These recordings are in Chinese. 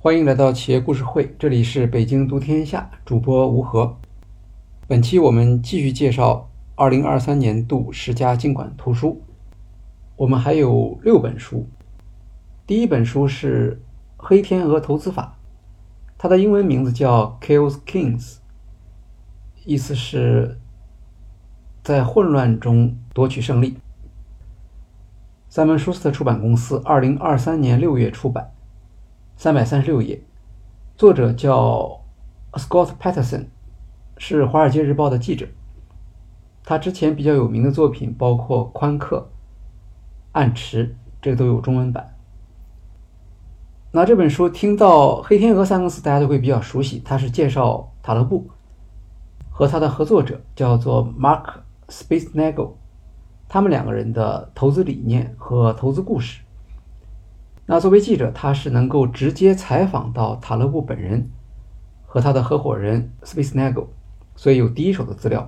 欢迎来到企业故事会，这里是北京读天下，主播吴和。本期我们继续介绍2023年度10佳经管图书，我们还有6本书。第一本书是《黑天鹅投资法》，它的英文名字叫 Chaos Kings， 意思是在混乱中夺取胜利。塞门舒斯特出版公司2023年6月出版，336页，作者叫 Scott Patterson， 是《华尔街日报》的记者。他之前比较有名的作品包括《宽客》、《暗池》，这个都有中文版。那这本书听到黑天鹅3个字大家都会比较熟悉，它是介绍塔勒布和他的合作者叫做 Mark Spitznagel， 他们2个人的投资理念和投资故事。那作为记者，他是能够直接采访到塔勒布本人和他的合伙人 Spitznagel， 所以有第一手的资料。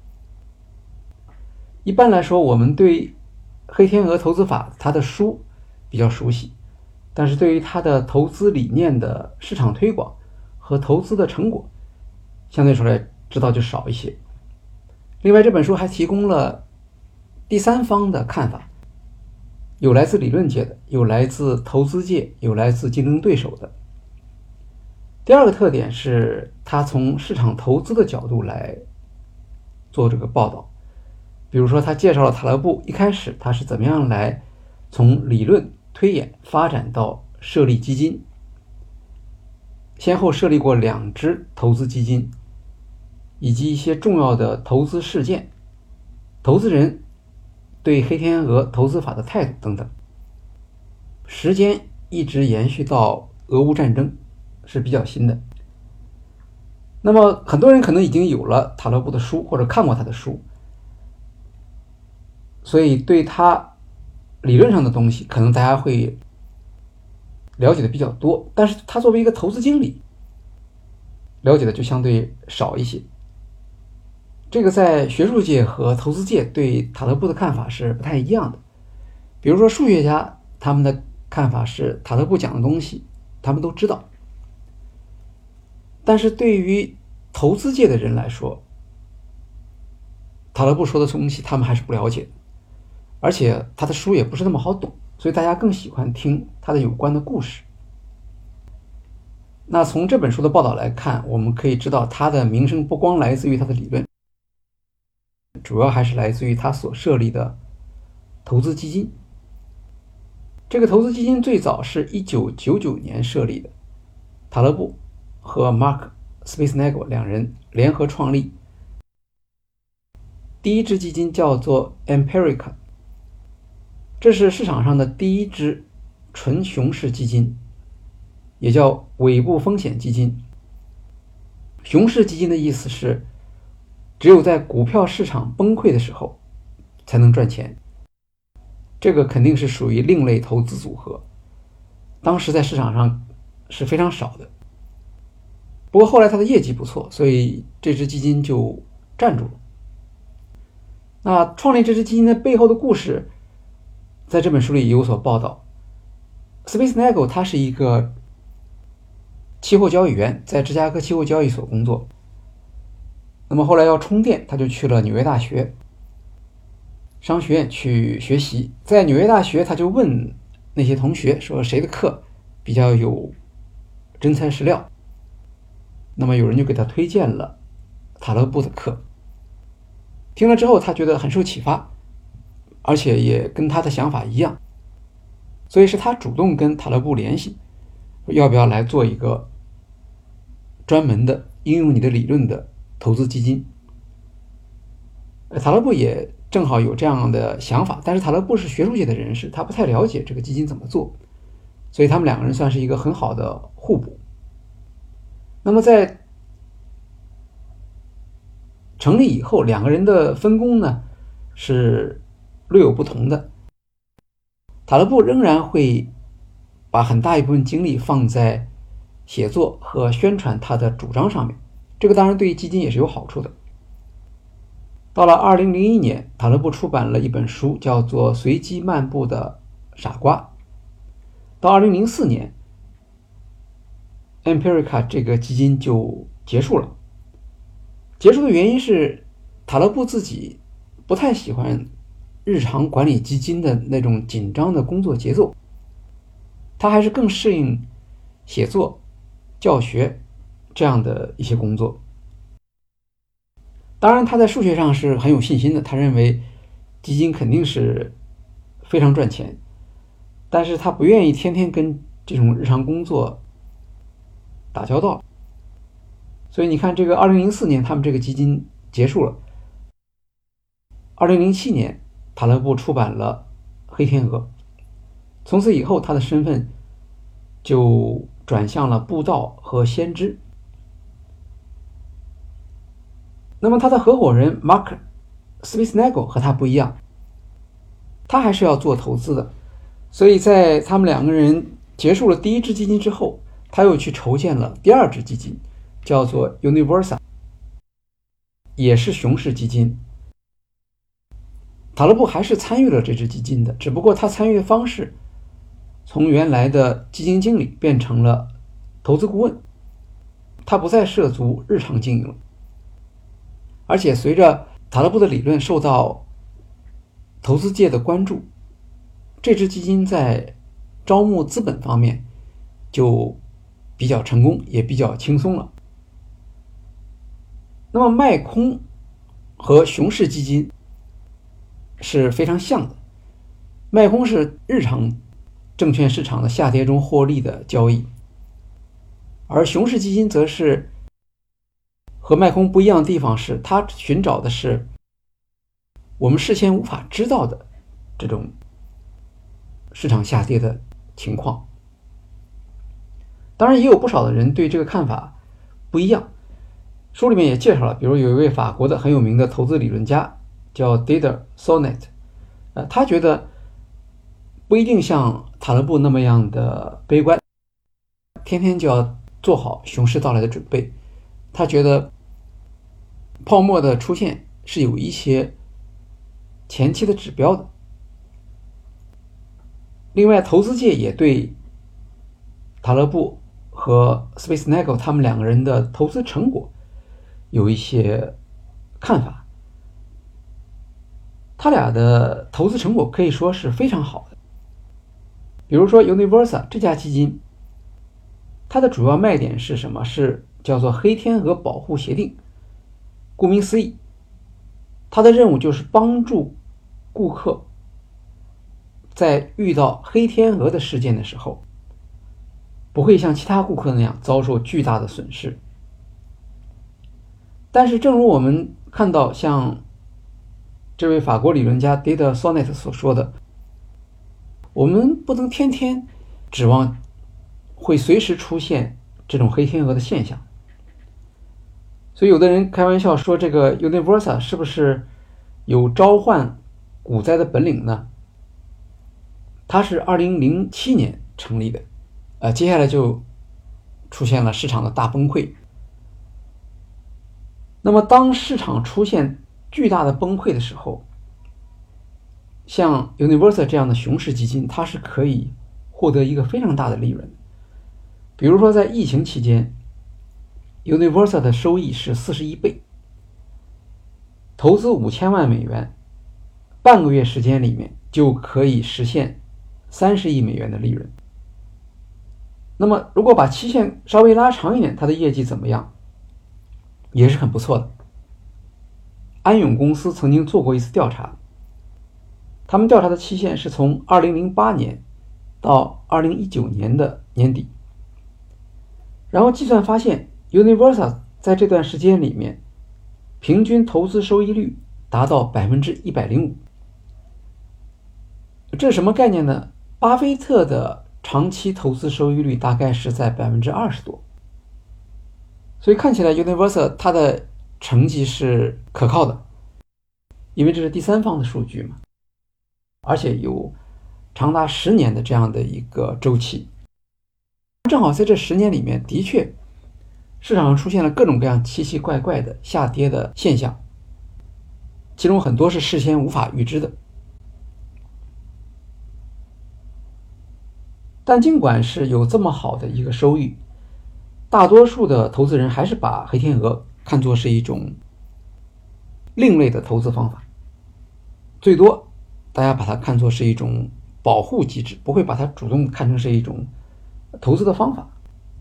一般来说，我们对黑天鹅投资法他的书比较熟悉，但是对于他的投资理念的市场推广和投资的成果，相对说来知道就少一些。另外，这本书还提供了第三方的看法，有来自理论界的，有来自投资界，有来自竞争对手的。第二个特点是他从市场投资的角度来做这个报道。比如说他介绍了塔勒布一开始他是怎么样来从理论推演发展到设立基金，先后设立过2支投资基金，以及一些重要的投资事件，投资人对黑天鹅投资法的态度等等。时间一直延续到俄乌战争，是比较新的。那么很多人可能已经有了塔勒布的书或者看过他的书，所以对他理论上的东西可能大家会了解的比较多，但是他作为一个投资经理了解的就相对少一些。这个在学术界和投资界对塔勒布的看法是不太一样的。比如说数学家，他们的看法是塔勒布讲的东西他们都知道，但是对于投资界的人来说，塔勒布说的东西他们还是不了解的，而且他的书也不是那么好懂，所以大家更喜欢听他的有关的故事。那从这本书的报道来看，我们可以知道他的名声不光来自于他的理论，主要还是来自于他所设立的投资基金。这个投资基金最早是1999年设立的，塔勒布和 Mark Spitznagel 2人联合创立。第一支基金叫做 Empirica， 这是市场上的第一支纯熊市基金，也叫尾部风险基金。熊市基金的意思是只有在股票市场崩溃的时候才能赚钱，这个肯定是属于另类投资组合，当时在市场上是非常少的。不过后来它的业绩不错，所以这支基金就站住了。那创立这支基金的背后的故事在这本书里有所报道。Spitznagel 他是一个期货交易员，在芝加哥期货交易所工作。那么后来要充电，他就去了纽约大学商学院去学习。在纽约大学，他就问那些同学说谁的课比较有真材实料，那么有人就给他推荐了塔勒布的课。听了之后他觉得很受启发，而且也跟他的想法一样，所以是他主动跟塔勒布联系，要不要来做一个专门的应用你的理论的投资基金。塔勒布也正好有这样的想法，但是塔勒布是学术界的人士，他不太了解这个基金怎么做，所以他们2个人算是一个很好的互补。那么在成立以后，2个人的分工呢是略有不同的。塔勒布仍然会把很大一部分精力放在写作和宣传他的主张上面，这个当然对于基金也是有好处的。到了2001年，塔勒布出版了一本书叫做《随机漫步的傻瓜》。到2004年， Empirica 这个基金就结束了。结束的原因是塔勒布自己不太喜欢日常管理基金的那种紧张的工作节奏，他还是更适应写作、教学这样的一些工作。当然他在数学上是很有信心的，他认为基金肯定是非常赚钱，但是他不愿意天天跟这种日常工作打交道。所以你看，这个2004年他们这个基金结束了。2007年塔勒布出版了《黑天鹅》，从此以后他的身份就转向了布道和先知。那么他的合伙人 Mark Spitznagel 和他不一样，他还是要做投资的，所以在他们两个人结束了第一支基金之后，他又去筹建了第二支基金，叫做 Universa， 也是熊市基金。塔勒布还是参与了这支基金的，只不过他参与的方式从原来的基金经理变成了投资顾问，他不再涉足日常经营了。而且随着塔勒布的理论受到投资界的关注，这支基金在招募资本方面就比较成功，也比较轻松了。那么卖空和熊市基金是非常像的，卖空是日常证券市场的下跌中获利的交易，而熊市基金则是和卖空不一样的地方是，它寻找的是我们事先无法知道的这种市场下跌的情况。当然也有不少的人对这个看法不一样，书里面也介绍了，比如有一位法国的很有名的投资理论家叫 Didier Sonnet，他觉得不一定像塔勒布那么样的悲观，天天就要做好熊市到来的准备。他觉得泡沫的出现是有一些前期的指标的。另外投资界也对塔勒布和 Spitznagel 他们两个人的投资成果有一些看法，他俩的投资成果可以说是非常好的。比如说 Universa 这家基金，它的主要卖点是什么？是叫做黑天鹅保护协定。顾名思义，它的任务就是帮助顾客在遇到黑天鹅的事件的时候，不会像其他顾客那样遭受巨大的损失。但是正如我们看到像这位法国理论家 Didier Sonnet 所说的，我们不能天天指望会随时出现这种黑天鹅的现象。所以有的人开玩笑说，这个 Universa 是不是有召唤股灾的本领呢？它是2007年成立的，接下来就出现了市场的大崩溃。那么当市场出现巨大的崩溃的时候，像 Universa 这样的熊市基金，它是可以获得一个非常大的利润。比如说在疫情期间， Universa 的收益是41倍，投资5000万美元，半个月时间里面就可以实现30亿美元的利润。那么如果把期限稍微拉长一点，它的业绩怎么样？也是很不错的。安永公司曾经做过一次调查，他们调查的期限是从2008年到2019年的年底，然后计算发现 Universa 在这段时间里面平均投资收益率达到 105%。 这是什么概念呢？巴菲特的长期投资收益率大概是在 20% 多，所以看起来 Universa 它的成绩是可靠的，因为这是第三方的数据嘛，而且有长达10年的这样的一个周期。正好在这10年里面，的确市场上出现了各种各样奇奇怪怪的下跌的现象，其中很多是事先无法预知的。但尽管是有这么好的一个收益， 大多数的投资人还是把黑天鹅看作是一种另类的投资方法，最多大家把它看作是一种保护机制，不会把它主动看成是一种投资的方法。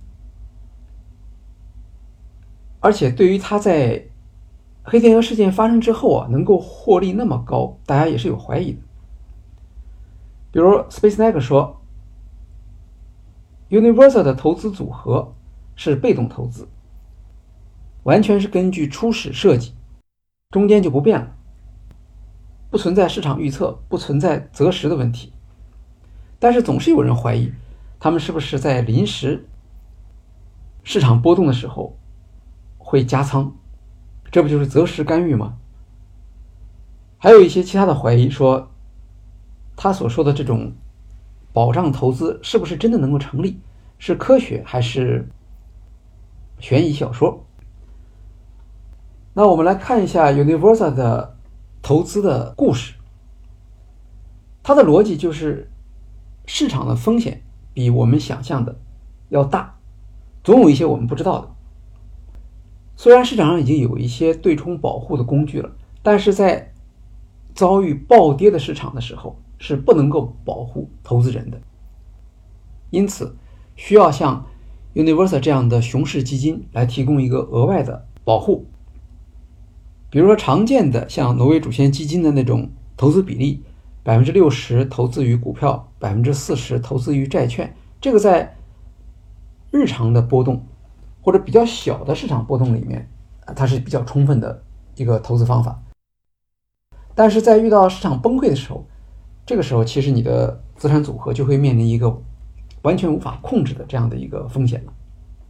而且对于它在黑天鹅事件发生之后能够获利那么高，大家也是有怀疑的。比如 SpaceX 说 Universal 的投资组合是被动投资，完全是根据初始设计，中间就不变了，不存在市场预测，不存在择时的问题。但是总是有人怀疑他们是不是在临时市场波动的时候会加仓，这不就是择时干预吗？还有一些其他的怀疑说他所说的这种保障投资是不是真的能够成立，是科学还是悬疑小说。那我们来看一下 Universal 的投资的故事。它的逻辑就是市场的风险比我们想象的要大，总有一些我们不知道的。虽然市场上已经有一些对冲保护的工具了，但是在遭遇暴跌的市场的时候是不能够保护投资人的，因此需要像 Universal 这样的熊市基金来提供一个额外的保护。比如说常见的像挪威主权基金的那种投资比例 60% 投资于股票， 40% 投资于债券，这个在日常的波动或者比较小的市场波动里面它是比较充分的一个投资方法。但是在遇到市场崩溃的时候，这个时候其实你的资产组合就会面临一个完全无法控制的这样的一个风险了。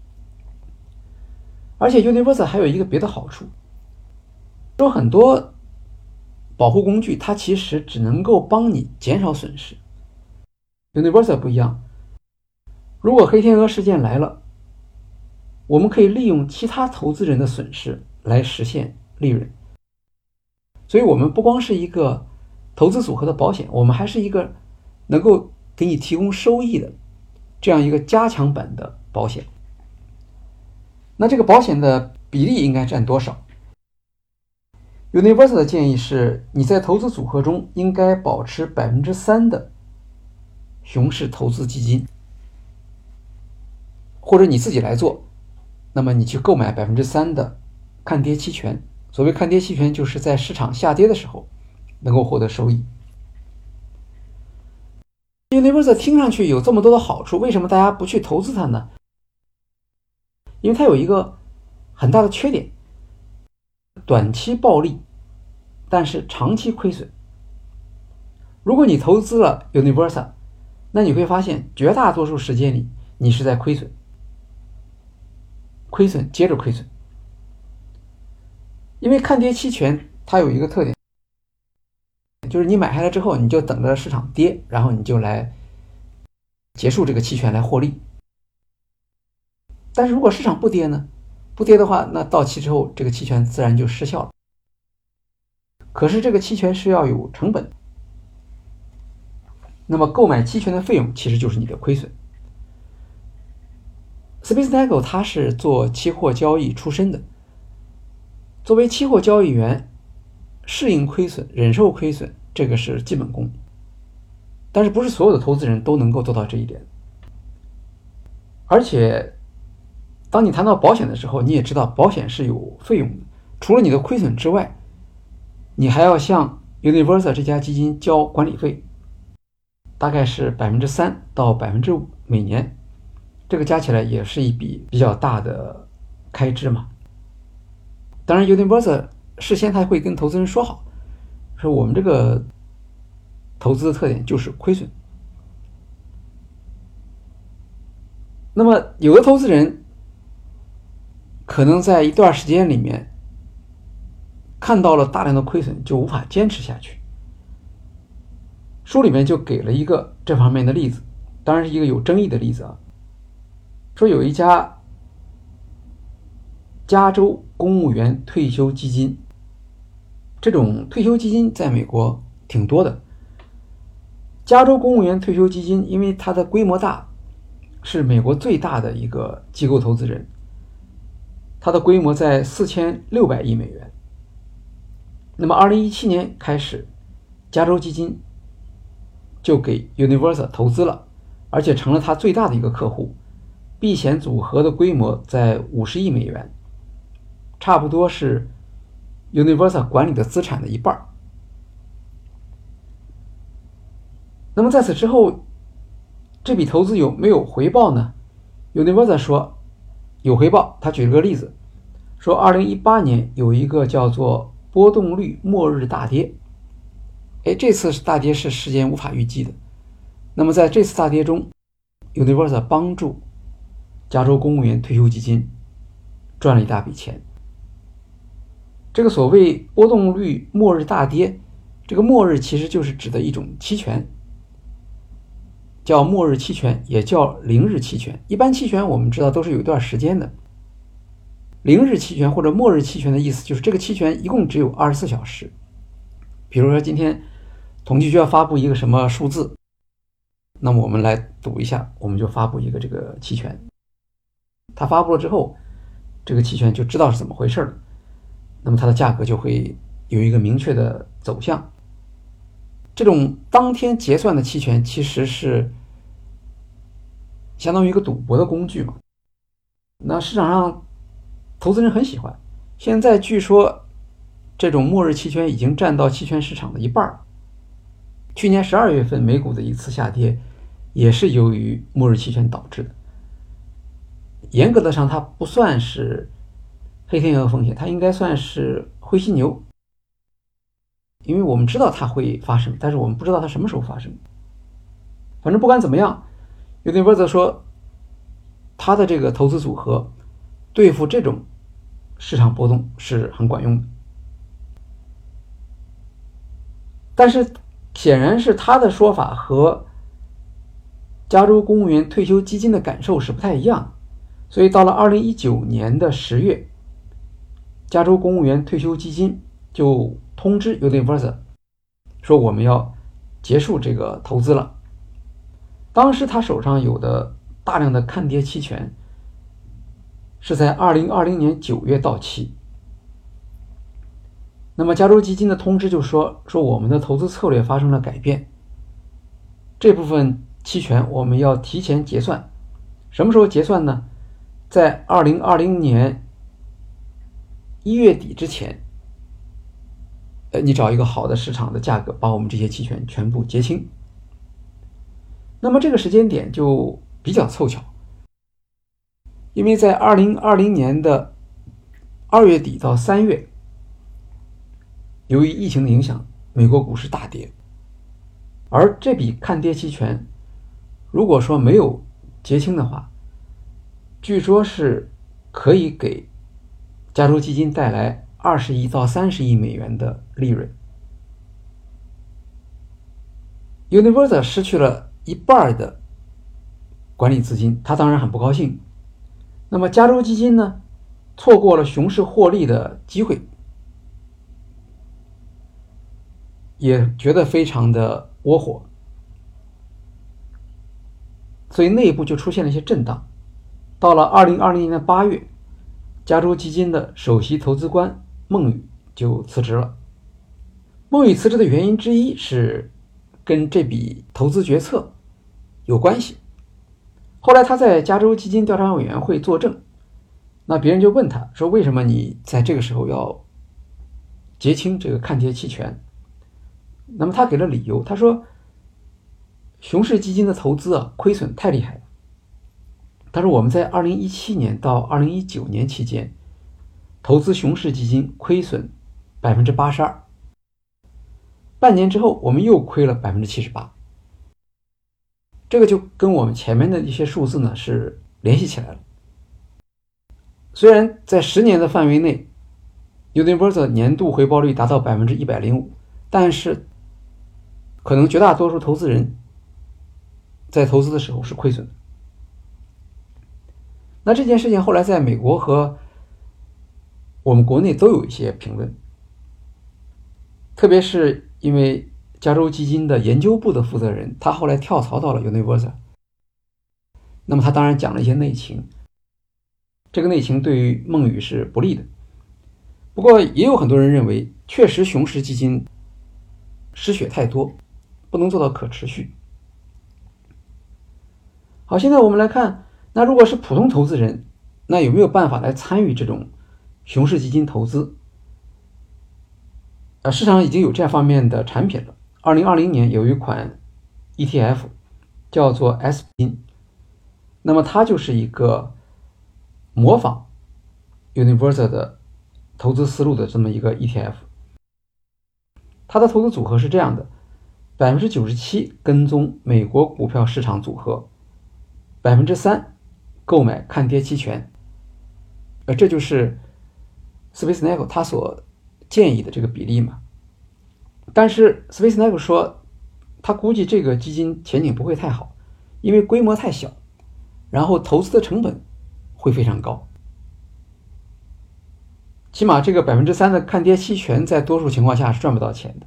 而且 Universal 还有一个别的好处，说很多保护工具它其实只能够帮你减少损失， Universal 不一样，如果黑天鹅事件来了，我们可以利用其他投资人的损失来实现利润。所以我们不光是一个投资组合的保险，我们还是一个能够给你提供收益的这样一个加强版的保险。那这个保险的比例应该占多少？ Universal 的建议是你在投资组合中应该保持 3% 的熊市投资基金，或者你自己来做，那么你去购买 3% 的看跌期权。所谓看跌期权，就是在市场下跌的时候能够获得收益。Universal 听上去有这么多的好处，为什么大家不去投资它呢？因为它有一个很大的缺点，短期暴利，但是长期亏损。如果你投资了 Universal， 那你会发现绝大多数时间里你是在亏损，亏损接着亏损。因为看跌期权它有一个特点，就是你买下来之后你就等着市场跌，然后你就来结束这个期权来获利。但是如果市场不跌呢？不跌的话，那到期之后这个期权自然就失效了。可是这个期权是要有成本，那么购买期权的费用其实就是你的亏损。SpaceX 它是做期货交易出身的，作为期货交易员，适应亏损，忍受亏损，这个是基本功。但是不是所有的投资人都能够做到这一点。而且当你谈到保险的时候，你也知道保险是有费用的，除了你的亏损之外，你还要向 Universal 这家基金交管理费，大概是 3% 到 5% 每年，这个加起来也是一笔比较大的开支嘛。当然 Universal 事先他会跟投资人说好，说我们这个投资的特点就是亏损。那么有的投资人可能在一段时间里面看到了大量的亏损，就无法坚持下去。书里面就给了一个这方面的例子，当然是一个有争议的例子啊。说有一家加州公务员退休基金，这种退休基金在美国挺多的。加州公务员退休基金因为它的规模大，是美国最大的一个机构投资人， 它的规模在4600亿美元。那么2017年开始，加州基金就给 Universal 投资了，而且成了它最大的一个客户，避险组合的规模在50亿美元，差不多是 Universal 管理的资产的一半。那么在此之后，这笔投资有没有回报呢？ Universal 说有回报。他举了个例子，说2018年有一个叫做波动率末日大跌，这次大跌是世间无法预计的。那么在这次大跌中， Universal 帮助加州公务员退休基金赚了一大笔钱。这个所谓波动率末日大跌，这个末日其实就是指的一种期权，叫末日期权，也叫零日期权。一般期权我们知道都是有一段时间的，零日期权或者末日期权的意思就是这个期权一共只有24小时。比如说今天统计局要发布一个什么数字，那么我们来赌一下，我们就发布一个这个期权。它发布了之后，这个期权就知道是怎么回事了，那么它的价格就会有一个明确的走向。这种当天结算的期权其实是相当于一个赌博的工具嘛。那市场上投资人很喜欢，现在据说这种末日期权已经占到期权市场的一半。去年12月份美股的一次下跌也是由于末日期权导致的。严格的上它不算是黑天鹅风险，它应该算是灰犀牛，因为我们知道它会发生，但是我们不知道它什么时候发生。反正不管怎么样， Universal 说它的这个投资组合对付这种市场波动是很管用的。但是显然是他的说法和加州公务员退休基金的感受是不太一样的。所以到了2019年的10月，加州公务员退休基金就通知 Universal 说我们要结束这个投资了。当时他手上有的大量的看跌期权是在2020年9月到期。那么加州基金的通知就说我们的投资策略发生了改变，这部分期权我们要提前结算。什么时候结算呢？在2020年1月底之前，你找一个好的市场的价格把我们这些期权全部结清。那么这个时间点就比较凑巧，因为在2020年的2月底到3月，由于疫情的影响，美国股市大跌，而这笔看跌期权如果说没有结清的话，据说是可以给加州基金带来20亿到30亿美元的利润。Universal 失去了一半的管理资金，他当然很不高兴。那么加州基金呢，错过了熊市获利的机会，也觉得非常的窝火，所以内部就出现了一些震荡。到了2020年的8月，加州基金的首席投资官孟宇就辞职了。孟宇辞职的原因之一是跟这笔投资决策有关系。后来他在加州基金调查委员会作证，那别人就问他说，为什么你在这个时候要结清这个看跌期权？那么他给了理由，他说熊市基金的投资亏损太厉害了。他说我们在2017年到2019年期间投资熊市基金亏损 82%， 半年之后我们又亏了 78%。 这个就跟我们前面的一些数字呢是联系起来了。虽然在10年的范围内 Universal 年度回报率达到 105%， 但是可能绝大多数投资人在投资的时候是亏损的。那这件事情后来在美国和我们国内都有一些评论，特别是因为加州基金的研究部的负责人，他后来跳槽到了 Universal， 那么他当然讲了一些内情， 这个内情对于孟宇是不利的。不过也有很多人认为，确实熊市基金失血太多，不能做到可持续。好，现在我们来看，那如果是普通投资人，那有没有办法来参与这种熊市基金投资？市场上已经有这方面的产品了。2020年有一款 ETF 叫做 S 基金，那么它就是一个模仿 Universal 的投资思路的这么一个 ETF。 它的投资组合是这样的， 97% 跟踪美国股票市场组合， 3% 购买看跌期权。这就是 Spacek 他所建议的这个比例嘛。但是 Spacek 说他估计这个基金前景不会太好，因为规模太小，然后投资的成本会非常高，起码这个 3% 的看跌期权在多数情况下是赚不到钱的。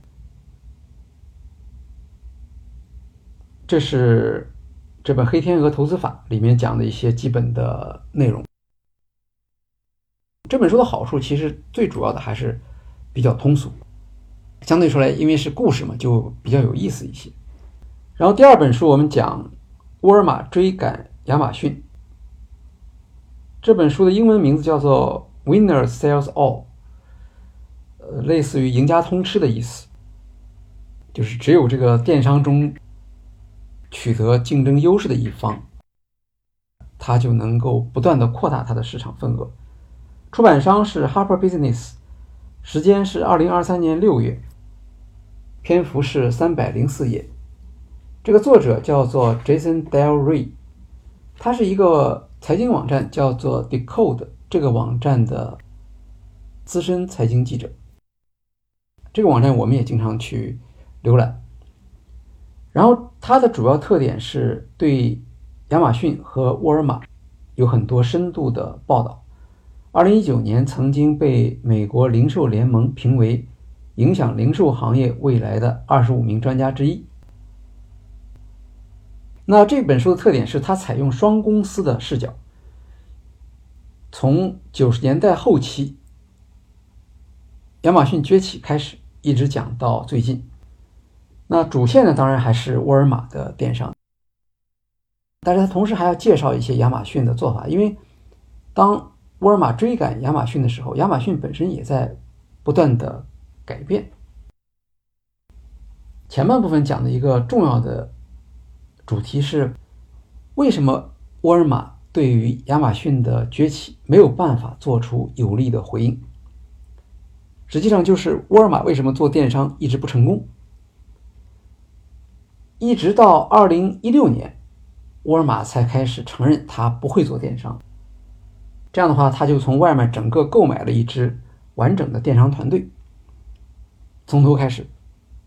这是这本《黑天鹅投资法》里面讲的一些基本的内容。这本书的好处其实最主要的还是比较通俗，相对说来因为是故事嘛，就比较有意思一些。然后第二本书我们讲沃尔玛追赶亚马逊，这本书的英文名字叫做 Winner Sells All， 类似于赢家通吃的意思，就是只有这个电商中取得竞争优势的一方，他就能够不断的扩大他的市场份额。出版商是 Harper Business， 时间是2023年6月，篇幅是304页。这个作者叫做 Jason Del Rey， 他是一个财经网站叫做 Decode 这个网站的资深财经记者。这个网站我们也经常去浏览。然后它的主要特点是对亚马逊和沃尔玛有很多深度的报道。2019年曾经被美国零售联盟评为影响零售行业未来的25名专家之一。那这本书的特点是它采用双公司的视角，从90年代后期亚马逊崛起开始，一直讲到最近。那主线呢，当然还是沃尔玛的电商，但是它同时还要介绍一些亚马逊的做法，因为当沃尔玛追赶亚马逊的时候，亚马逊本身也在不断的改变。前半部分讲的一个重要的主题是，为什么沃尔玛对于亚马逊的崛起没有办法做出有力的回应。实际上就是沃尔玛为什么做电商一直不成功。一直到2016年，沃尔玛才开始承认他不会做电商。这样的话，他就从外面整个购买了一支完整的电商团队，从头开始。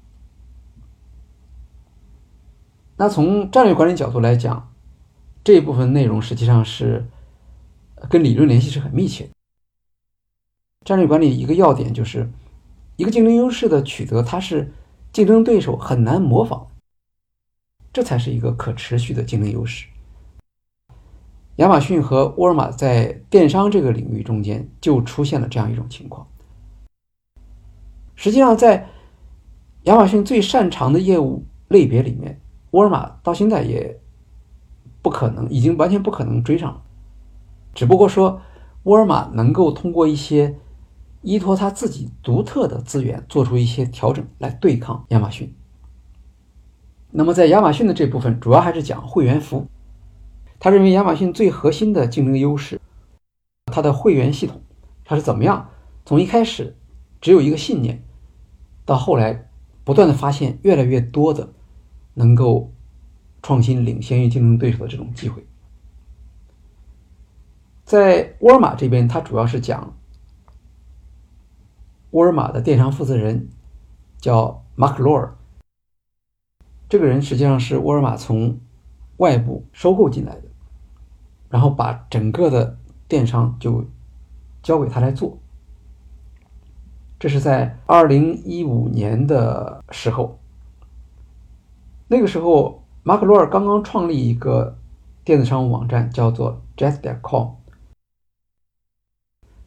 那从战略管理角度来讲，这一部分内容实际上是跟理论联系是很密切的。战略管理一个要点就是，一个竞争优势的取得，它是竞争对手很难模仿，这才是一个可持续的竞争优势。亚马逊和沃尔玛在电商这个领域中间就出现了这样一种情况。实际上在亚马逊最擅长的业务类别里面，沃尔玛到现在也不可能，已经完全不可能追上了。只不过说沃尔玛能够通过一些依托他自己独特的资源做出一些调整来对抗亚马逊。那么在亚马逊的这部分主要还是讲会员服务。他认为亚马逊最核心的竞争优势，它的会员系统，它是怎么样从一开始只有一个信念，到后来不断的发现越来越多的能够创新领先于竞争对手的这种机会。在沃尔玛这边，它主要是讲沃尔玛的电商负责人叫 Mark Lore， 这个人实际上是沃尔玛从外部收购进来的，然后把整个的电商就交给他来做。这是在2015年的时候，那个时候马克罗尔刚刚创立一个电子商务网站叫做 Jet.com，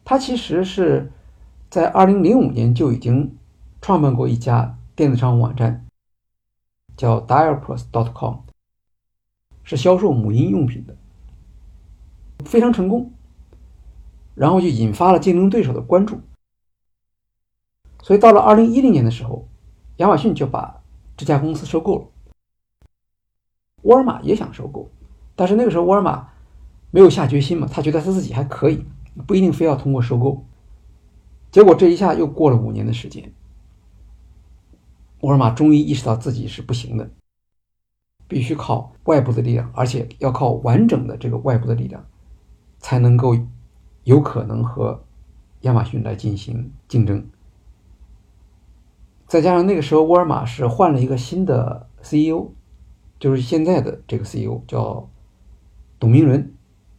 他其实是在2005年就已经创办过一家电子商务网站，叫 Diapers.com， 是销售母婴用品的，非常成功，然后就引发了竞争对手的关注。所以到了2010年的时候，亚马逊就把这家公司收购了。沃尔玛也想收购，但是那个时候沃尔玛没有下决心嘛，他觉得他自己还可以，不一定非要通过收购。结果这一下又过了5年的时间，沃尔玛终于意识到自己是不行的，必须靠外部的力量，而且要靠完整的这个外部的力量，才能够有可能和亚马逊来进行竞争。再加上那个时候沃尔玛是换了一个新的 CEO， 就是现在的这个 CEO 叫董明伦。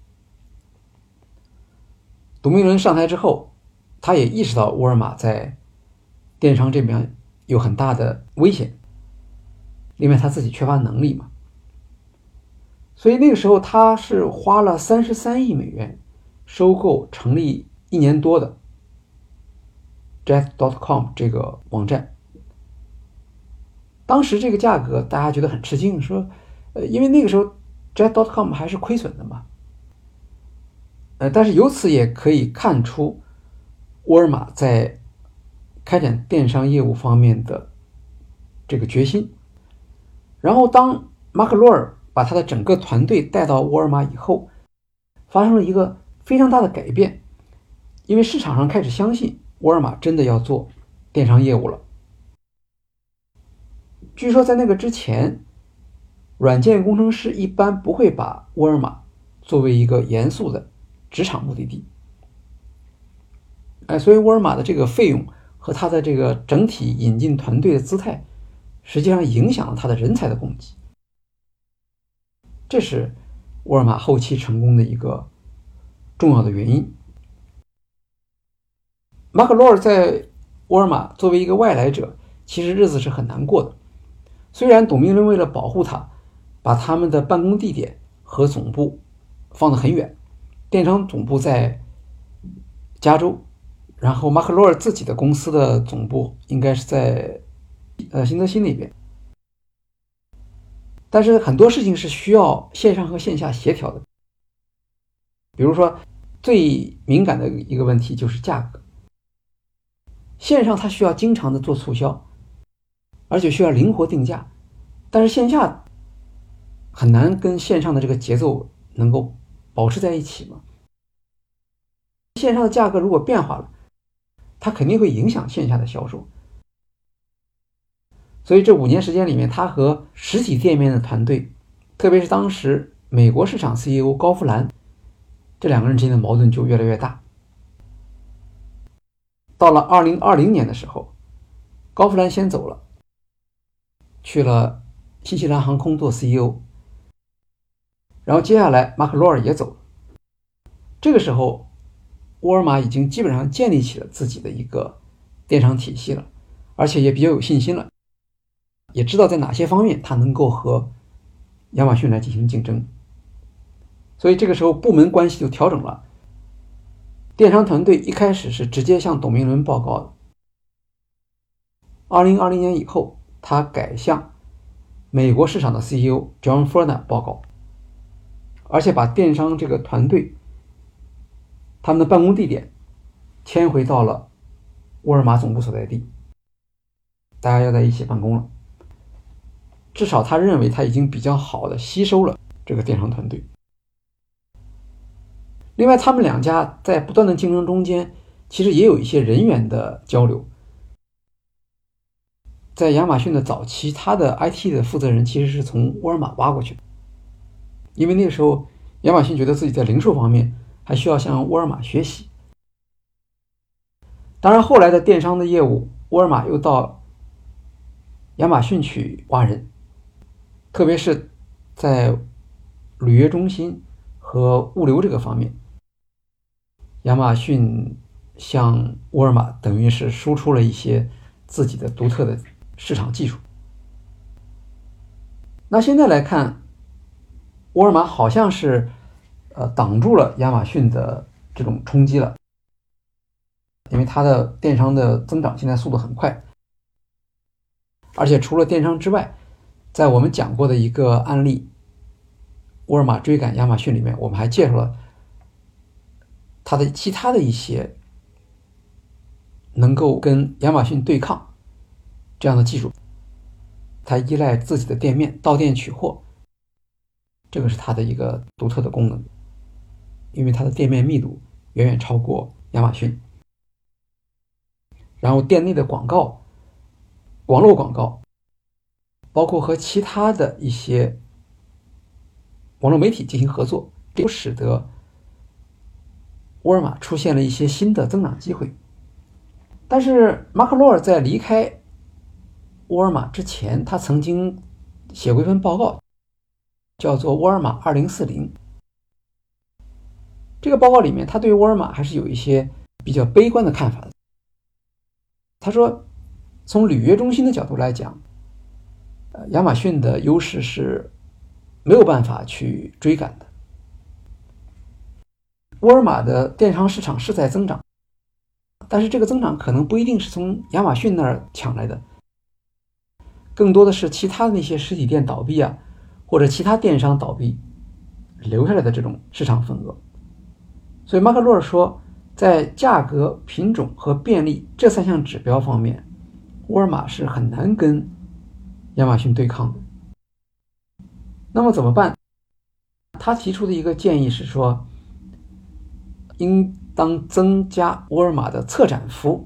董明伦上台之后，他也意识到沃尔玛在电商这边有很大的危险，因为他自己缺乏能力嘛。所以那个时候他是花了33亿美元收购成立1年多的 Jet.com 这个网站。当时这个价格大家觉得很吃惊，说因为那个时候 Jet.com 还是亏损的嘛。但是由此也可以看出沃尔玛在开展电商业务方面的这个决心。然后当马克·罗尔把他的整个团队带到沃尔玛以后，发生了一个非常大的改变，因为市场上开始相信沃尔玛真的要做电商业务了。据说在那个之前，软件工程师一般不会把沃尔玛作为一个严肃的职场目的地。所以沃尔玛的这个费用和他的这个整体引进团队的姿态，实际上影响了他的人才的供给。这是沃尔玛后期成功的一个重要的原因。马克·罗尔在沃尔玛作为一个外来者，其实日子是很难过的。虽然董明伦为了保护他，把他们的办公地点和总部放得很远，电商总部在加州，然后马克·罗尔自己的公司的总部应该是在新泽西那边。但是很多事情是需要线上和线下协调的，比如说最敏感的一个问题就是价格。线上它需要经常的做促销，而且需要灵活定价，但是线下很难跟线上的这个节奏能够保持在一起嘛。线上的价格如果变化了，它肯定会影响线下的销售。所以这5年时间里面，他和实体店面的团队，特别是当时美国市场 CEO 高夫兰，这2个人之间的矛盾就越来越大。到了2020年的时候，高夫兰先走了，去了新西兰航空做 CEO， 然后接下来马克·罗尔也走了。这个时候沃尔玛已经基本上建立起了自己的一个电商体系了，而且也比较有信心了，也知道在哪些方面它能够和亚马逊来进行竞争。所以这个时候部门关系就调整了。电商团队一开始是直接向董明伦报告的，2020年以后他改向美国市场的 CEO John Furner 报告，而且把电商这个团队他们的办公地点迁回到了沃尔玛总部所在地，大家要在一起办公了。至少他认为他已经比较好的吸收了这个电商团队。另外他们2家在不断的竞争中间，其实也有一些人员的交流。在亚马逊的早期，他的 IT 的负责人其实是从沃尔玛挖过去的，因为那个时候亚马逊觉得自己在零售方面还需要向沃尔玛学习。当然后来的电商的业务，沃尔玛又到亚马逊去挖人，特别是在履约中心和物流这个方面，亚马逊向沃尔玛等于是输出了一些自己的独特的市场技术。那现在来看，沃尔玛好像是挡住了亚马逊的这种冲击了。 因为它的电商的增长现在速度很快，而且除了电商之外，在我们讲过的一个案例沃尔玛追赶亚马逊里面，我们还介绍了它的其他的一些能够跟亚马逊对抗这样的技术。它依赖自己的店面到店取货，这个是它的一个独特的功能，因为它的店面密度远远超过亚马逊。然后店内的广告、网络广告，包括和其他的一些网络媒体进行合作，这使得沃尔玛出现了一些新的增长机会。但是马克·罗尔在离开沃尔玛之前，他曾经写过一份报告，叫做《沃尔玛2040》。这个报告里面，他对沃尔玛还是有一些比较悲观的看法的。他说，从履约中心的角度来讲，亚马逊的优势是没有办法去追赶的。沃尔玛的电商市场是在增长，但是这个增长可能不一定是从亚马逊那儿抢来的，更多的是其他的那些实体店倒闭啊，或者其他电商倒闭留下来的这种市场份额。所以马克·罗尔说，在价格、品种和便利这3项指标方面，沃尔玛是很难跟亚马逊对抗的。那么怎么办？他提出的一个建议是说，应当增加沃尔玛的策展服务。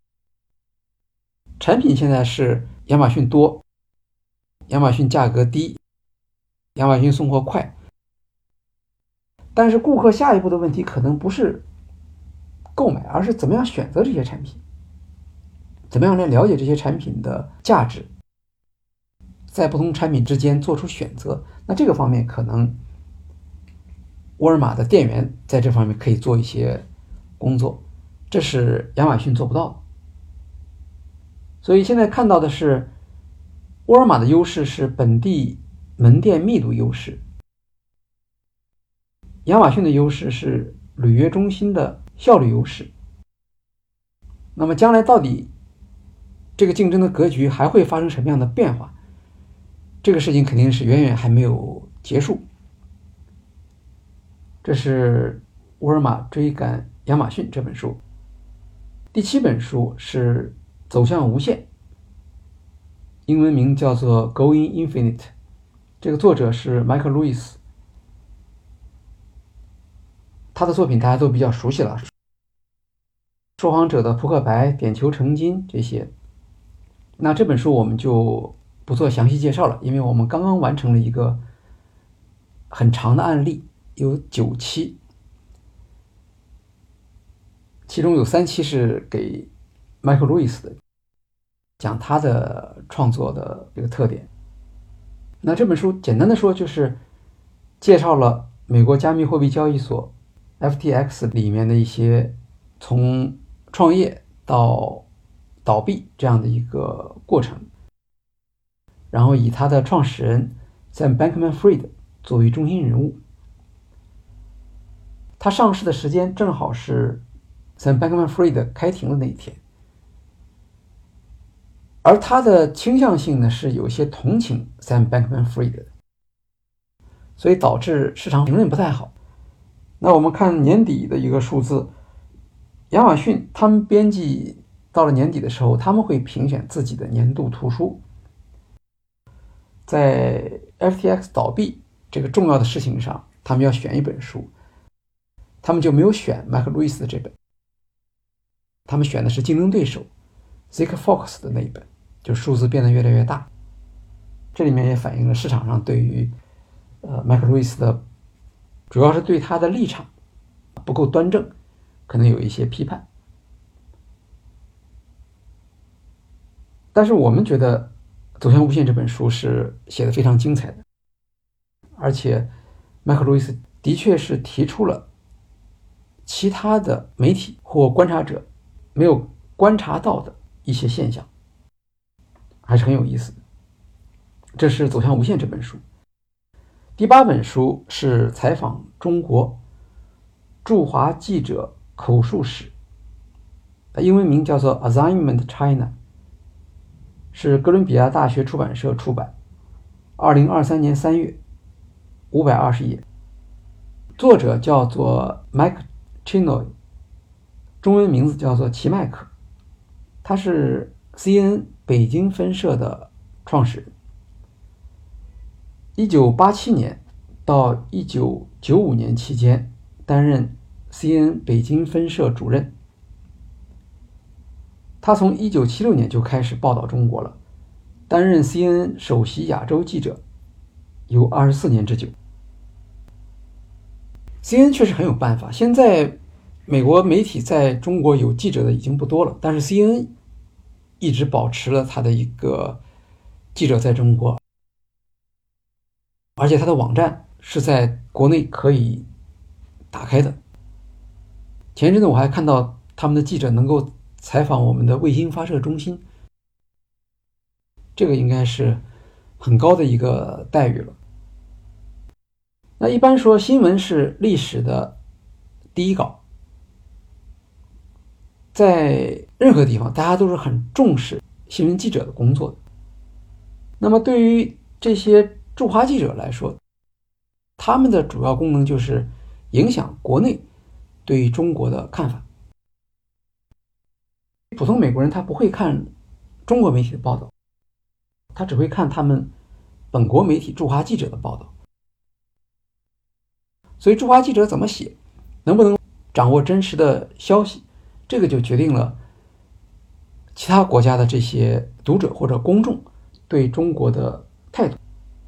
产品现在是亚马逊多，亚马逊价格低，亚马逊送货快，但是顾客下一步的问题可能不是购买，而是怎么样选择这些产品，怎么样来了解这些产品的价值，在不同产品之间做出选择。那这个方面可能沃尔玛的店员在这方面可以做一些工作，这是亚马逊做不到的。所以现在看到的是，沃尔玛的优势是本地门店密度优势，亚马逊的优势是履约中心的效率优势。那么将来到底这个竞争的格局还会发生什么样的变化？这个事情肯定是远远还没有结束。这是沃尔玛追赶亚马逊这本书。第7本书是走向无限，英文名叫做 Going Infinite， 这个作者是迈克·路易斯，他的作品大家都比较熟悉了，说谎者的扑克牌、点球成金这些。那这本书我们就不做详细介绍了，因为我们刚刚完成了一个很长的案例，有9期，其中有3期是给迈克·路易斯的，讲他的创作的这个特点。那这本书简单的说，就是介绍了美国加密货币交易所 FTX 里面的一些从创业到倒闭这样的一个过程，然后以他的创始人 Sam Bankman-Fried 作为中心人物。他上市的时间正好是 Sam Bankman-Fried 开庭的那一天，而他的倾向性呢是有些同情 Sam Bankman-Fried 的，所以导致市场评论不太好。那我们看年底的一个数字，亚马逊他们编辑到了年底的时候，他们会评选自己的年度图书。在 FTX 倒闭这个重要的事情上，他们要选一本书，他们就没有选麦克·路易斯的这本，他们选的是竞争对手 Zeke Fox 的那一本，就数字变得越来越大。这里面也反映了市场上对于麦克·路易斯的，主要是对他的立场不够端正，可能有一些批判。但是我们觉得《走向无限》这本书是写得非常精彩的，而且麦克·路易斯的确是提出了其他的媒体或观察者没有观察到的一些现象，还是很有意思的。这是《走向无限》这本书。第8本书是采访中国驻华记者口述史， 英文名叫做 Assignment China， 是哥伦比亚大学出版社出版，2023年3月，520页，作者叫做 Mike Chinoy， 中文名字叫做齐麦克，他是 CNN 北京分社的创始人。1987年到1995年期间担任 CNN 北京分社主任。他从1976年就开始报道中国了，担任 CNN 首席亚洲记者有24年之久。CNN 确实很有办法，现在美国媒体在中国有记者的已经不多了，但是 CNN 一直保持了他的一个记者在中国，而且他的网站是在国内可以打开的。前一阵子我还看到他们的记者能够采访我们的卫星发射中心，这个应该是很高的一个待遇了。那一般说新闻是历史的第一稿，在任何地方大家都是很重视新闻记者的工作的。那么对于这些驻华记者来说，他们的主要功能就是影响国内对于中国的看法。普通美国人他不会看中国媒体的报道，他只会看他们本国媒体驻华记者的报道。所以驻华记者怎么写，能不能掌握真实的消息，这个就决定了其他国家的这些读者或者公众对中国的态度。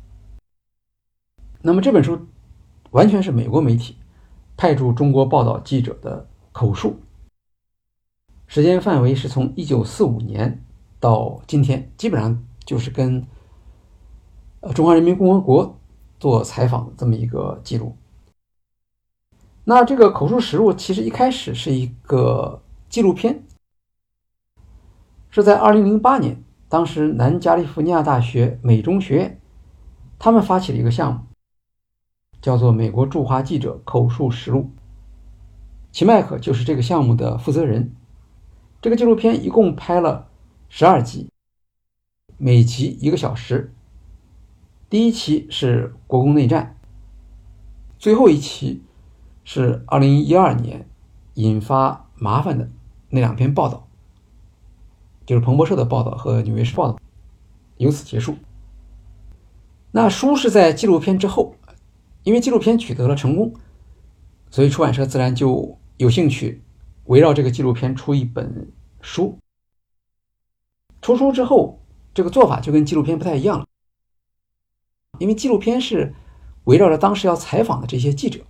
那么这本书完全是美国媒体派驻中国报道记者的口述，时间范围是从1945年到今天，基本上就是跟中华人民共和国做采访的这么一个记录。那这个口述实录其实一开始是一个纪录片，是在2008年，当时南加利福尼亚大学美中学院他们发起了一个项目，叫做美国驻华记者口述实录，齐麦克就是这个项目的负责人。这个纪录片一共拍了12集，每集1个小时。第一期是国共内战，最后一期是2012年引发麻烦的那2篇报道，就是彭博社的报道和纽约时报的，由此结束。那书是在纪录片之后，因为纪录片取得了成功，所以出版社自然就有兴趣围绕这个纪录片出一本书。出书之后，这个做法就跟纪录片不太一样了，因为纪录片是围绕着当时要采访的这些记者，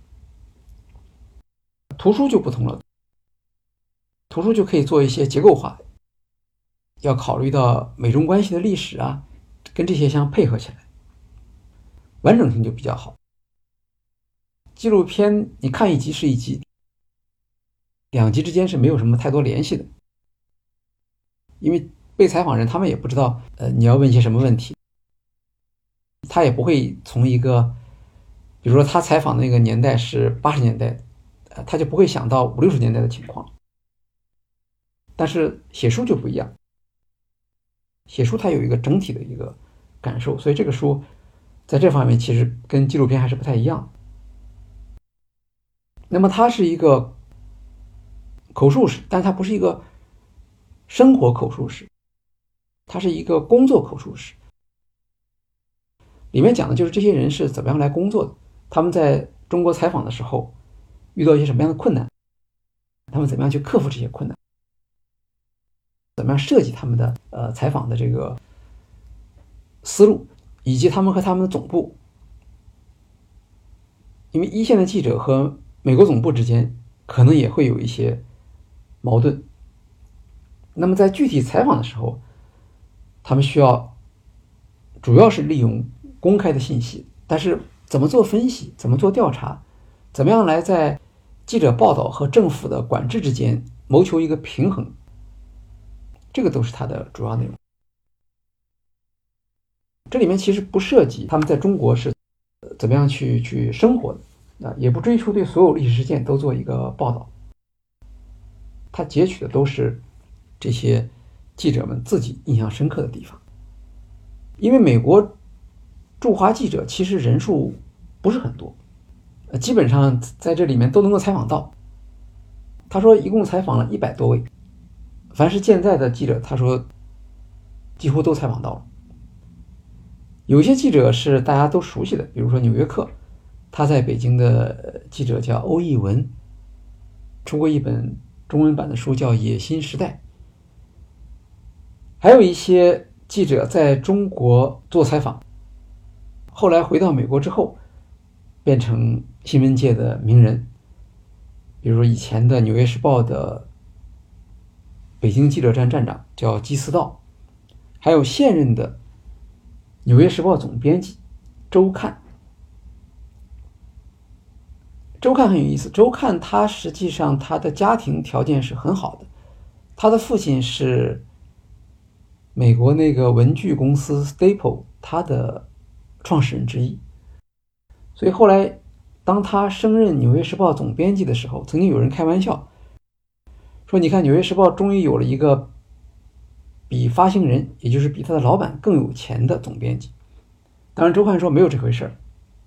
图书就不同了，图书就可以做一些结构化，要考虑到美中关系的历史啊，跟这些相配合起来，完整性就比较好。纪录片你看一集是一集，2集之间是没有什么太多联系的，因为被采访人他们也不知道你要问一些什么问题，他也不会从一个比如说他采访的那个年代是80年代他就不会想到50、60年代的情况。但是写书就不一样，写书它有一个整体的一个感受，所以这个书在这方面其实跟纪录片还是不太一样。那么它是一个口述史，但它不是一个生活口述史，它是一个工作口述史。里面讲的就是这些人是怎么样来工作的，他们在中国采访的时候遇到一些什么样的困难，他们怎么样去克服这些困难，怎么样设计他们的采访的这个思路，以及他们和他们的总部，因为一线的记者和美国总部之间可能也会有一些矛盾。那么在具体采访的时候，他们需要主要是利用公开的信息，但是怎么做分析，怎么做调查，怎么样来在记者报道和政府的管制之间谋求一个平衡，这个都是它的主要内容。这里面其实不涉及他们在中国是怎么样去生活的，也不追求对所有历史事件都做一个报道。 他截取的都是这些记者们自己印象深刻的地方。因为美国驻华记者其实人数不是很多，基本上在这里面都能够采访到。他说一共采访了100多位，凡是健在的记者，他说几乎都采访到了。有些记者是大家都熟悉的，比如说《纽约客》，他在北京的记者叫欧义文，出过一本中文版的书叫《野心时代》。还有一些记者在中国做采访，后来回到美国之后变成新闻界的名人，比如说以前的《纽约时报》的北京记者站站长叫基思道，还有现任的《纽约时报》总编辑周刊。周刊很有意思，周刊他实际上他的家庭条件是很好的，他的父亲是美国那个文具公司 Staple 他的创始人之一，所以后来当他升任《纽约时报》总编辑的时候，曾经有人开玩笑说，你看《纽约时报》终于有了一个比发行人，也就是比他的老板更有钱的总编辑。当然周刊说没有这回事儿，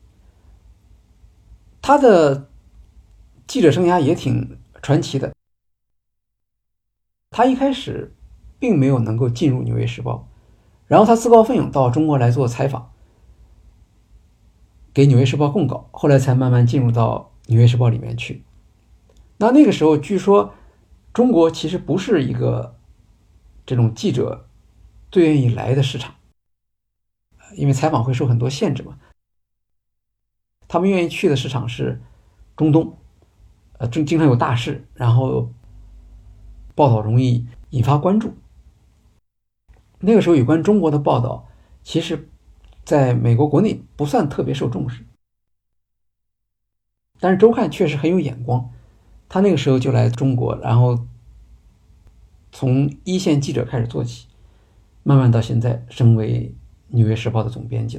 他的记者生涯也挺传奇的。他一开始并没有能够进入《纽约时报》，然后他自告奋勇到中国来做采访，给《纽约时报》供稿，后来才慢慢进入到《纽约时报》里面去。那个时候据说中国其实不是一个这种记者最愿意来的市场，因为采访会受很多限制嘛。他们愿意去的市场是中东，经常有大事，然后报道容易引发关注。那个时候有关中国的报道其实在美国国内不算特别受重视，但是周刊确实很有眼光，他那个时候就来中国，然后从一线记者开始做起，慢慢到现在升为《纽约时报》的总编辑了。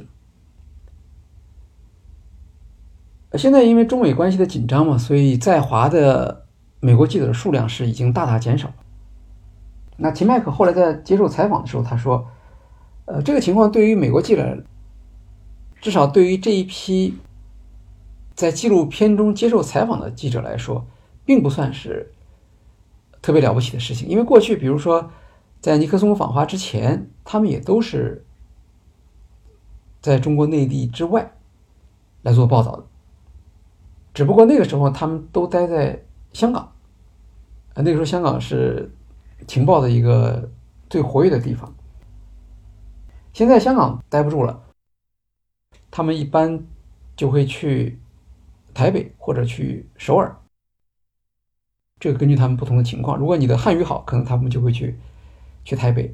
现在因为中美关系的紧张嘛，所以在华的美国记者的数量是已经大大减少了。那秦麦克后来在接受采访的时候他说，这个情况对于美国记者，至少对于这一批在纪录片中接受采访的记者来说，并不算是特别了不起的事情。因为过去比如说在尼克松访华之前，他们也都是在中国内地之外来做报道的，只不过那个时候他们都待在香港，那个时候香港是情报的一个最活跃的地方。现在香港待不住了，他们一般就会去台北或者去首尔，这个根据他们不同的情况，如果你的汉语好，可能他们就会去台北。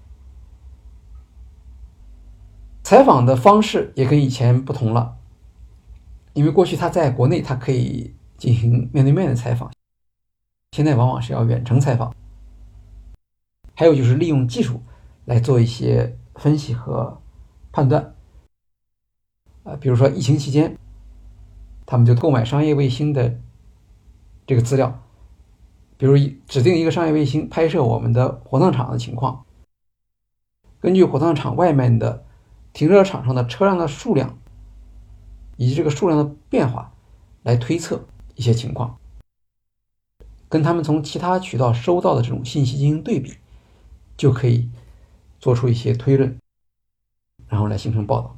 采访的方式也跟以前不同了，因为过去他在国内他可以进行面对面的采访，现在往往是要远程采访。还有就是利用技术来做一些分析和判断，比如说疫情期间他们就购买商业卫星的这个资料，比如指定一个商业卫星拍摄我们的火葬场的情况，根据火葬场外面的停车场上的车辆的数量以及这个数量的变化来推测一些情况，跟他们从其他渠道收到的这种信息进行对比，就可以做出一些推论，然后来形成报道。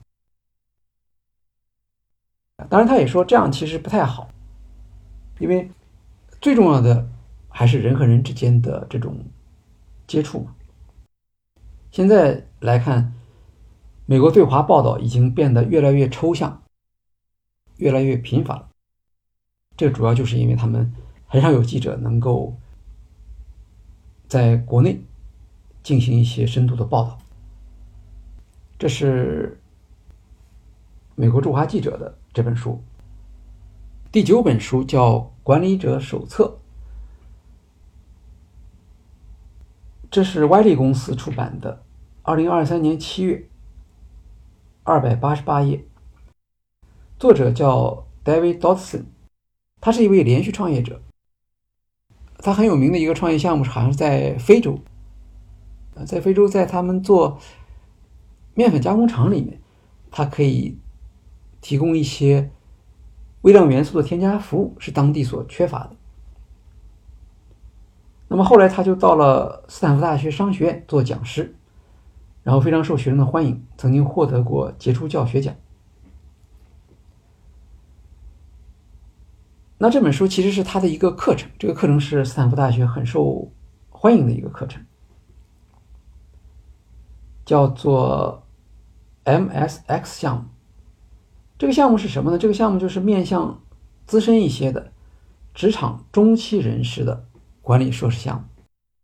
当然他也说这样其实不太好，因为最重要的还是人和人之间的这种接触嘛。现在来看，美国对华报道已经变得越来越抽象，越来越频繁了。这主要就是因为他们很少有记者能够在国内进行一些深度的报道。这是美国驻华记者的这本书。第9本书叫《管理者手册》，这是歪利公司出版的，2023年7月，288页，作者叫 David Dodson， 他是一位连续创业者， 他很有名的一个创业项目好像是在非洲，在他们做面粉加工厂里面，它可以提供一些微量元素的添加服务，是当地所缺乏的。那么后来他就到了斯坦福大学商学院做讲师，然后非常受学生的欢迎，曾经获得过杰出教学奖。那这本书其实是他的一个课程，这个课程是斯坦福大学很受欢迎的一个课程，叫做 MSX 项目。这个项目是什么呢？这个项目就是面向资深一些的职场中期人士的管理硕士项目。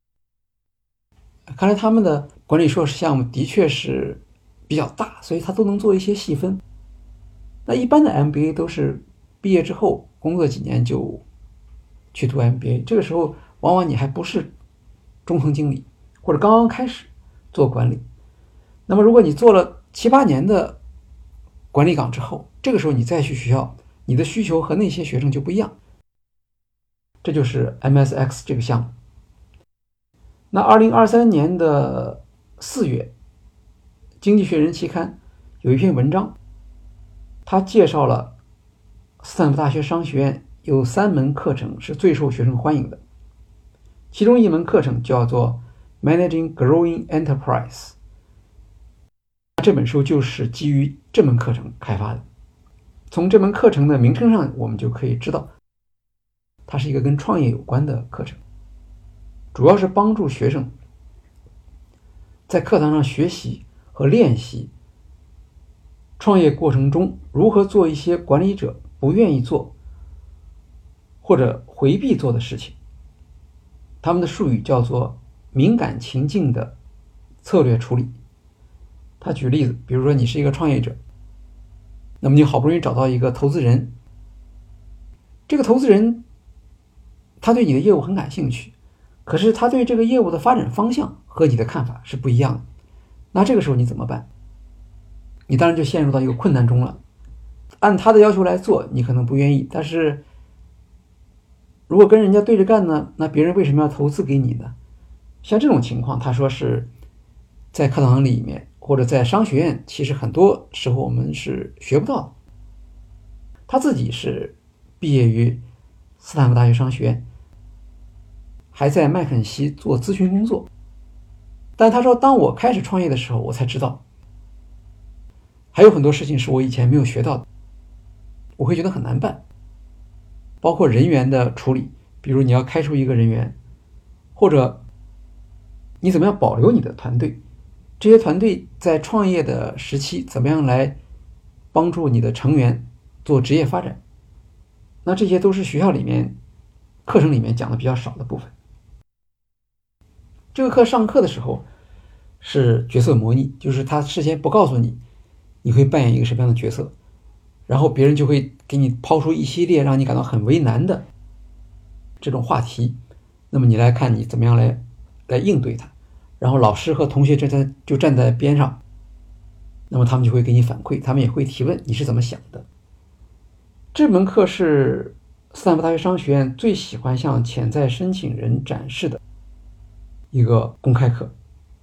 看来他们的管理硕士项目的确是比较大，所以他都能做一些细分。那一般的 MBA 都是毕业之后工作几年就去读 MBA， 这个时候往往你还不是中层经理，或者刚刚开始做管理。那么如果你做了7、8年的管理岗之后，这个时候你再去学校，你的需求和那些学生就不一样。这就是 MSX 这个项目。那2023年的4月，经济学人期刊有一篇文章，他介绍了斯坦福大学商学院有3门课程是最受学生欢迎的，其中一门课程叫做 Managing Growing Enterprise。这本书就是基于这门课程开发的。从这门课程的名称上，我们就可以知道，它是一个跟创业有关的课程，主要是帮助学生在课堂上学习和练习创业过程中如何做一些管理者不愿意做或者回避做的事情。他们的术语叫做敏感情境的策略处理。他举例子，比如说你是一个创业者，那么你好不容易找到一个投资人，这个投资人他对你的业务很感兴趣，可是他对这个业务的发展方向和你的看法是不一样的。那这个时候你怎么办？你当然就陷入到一个困难中了。按他的要求来做，你可能不愿意，但是如果跟人家对着干呢，那别人为什么要投资给你呢？像这种情况，他说是在课堂里面或者在商学院，其实很多时候我们是学不到的。他自己是毕业于斯坦福大学商学院，还在麦肯锡做咨询工作，但他说当我开始创业的时候，我才知道还有很多事情是我以前没有学到的，我会觉得很难办，包括人员的处理，比如你要开除一个人员，或者你怎么样保留你的团队，这些团队在创业的时期怎么样来帮助你的成员做职业发展，那这些都是学校里面课程里面讲的比较少的部分。这个课上课的时候是角色模拟，就是他事先不告诉你你会扮演一个什么样的角色，然后别人就会给你抛出一系列让你感到很为难的这种话题，那么你来看你怎么样来应对它，然后老师和同学就站在边上，那么他们就会给你反馈，他们也会提问你是怎么想的。这门课是斯坦福大学商学院最喜欢向潜在申请人展示的一个公开课。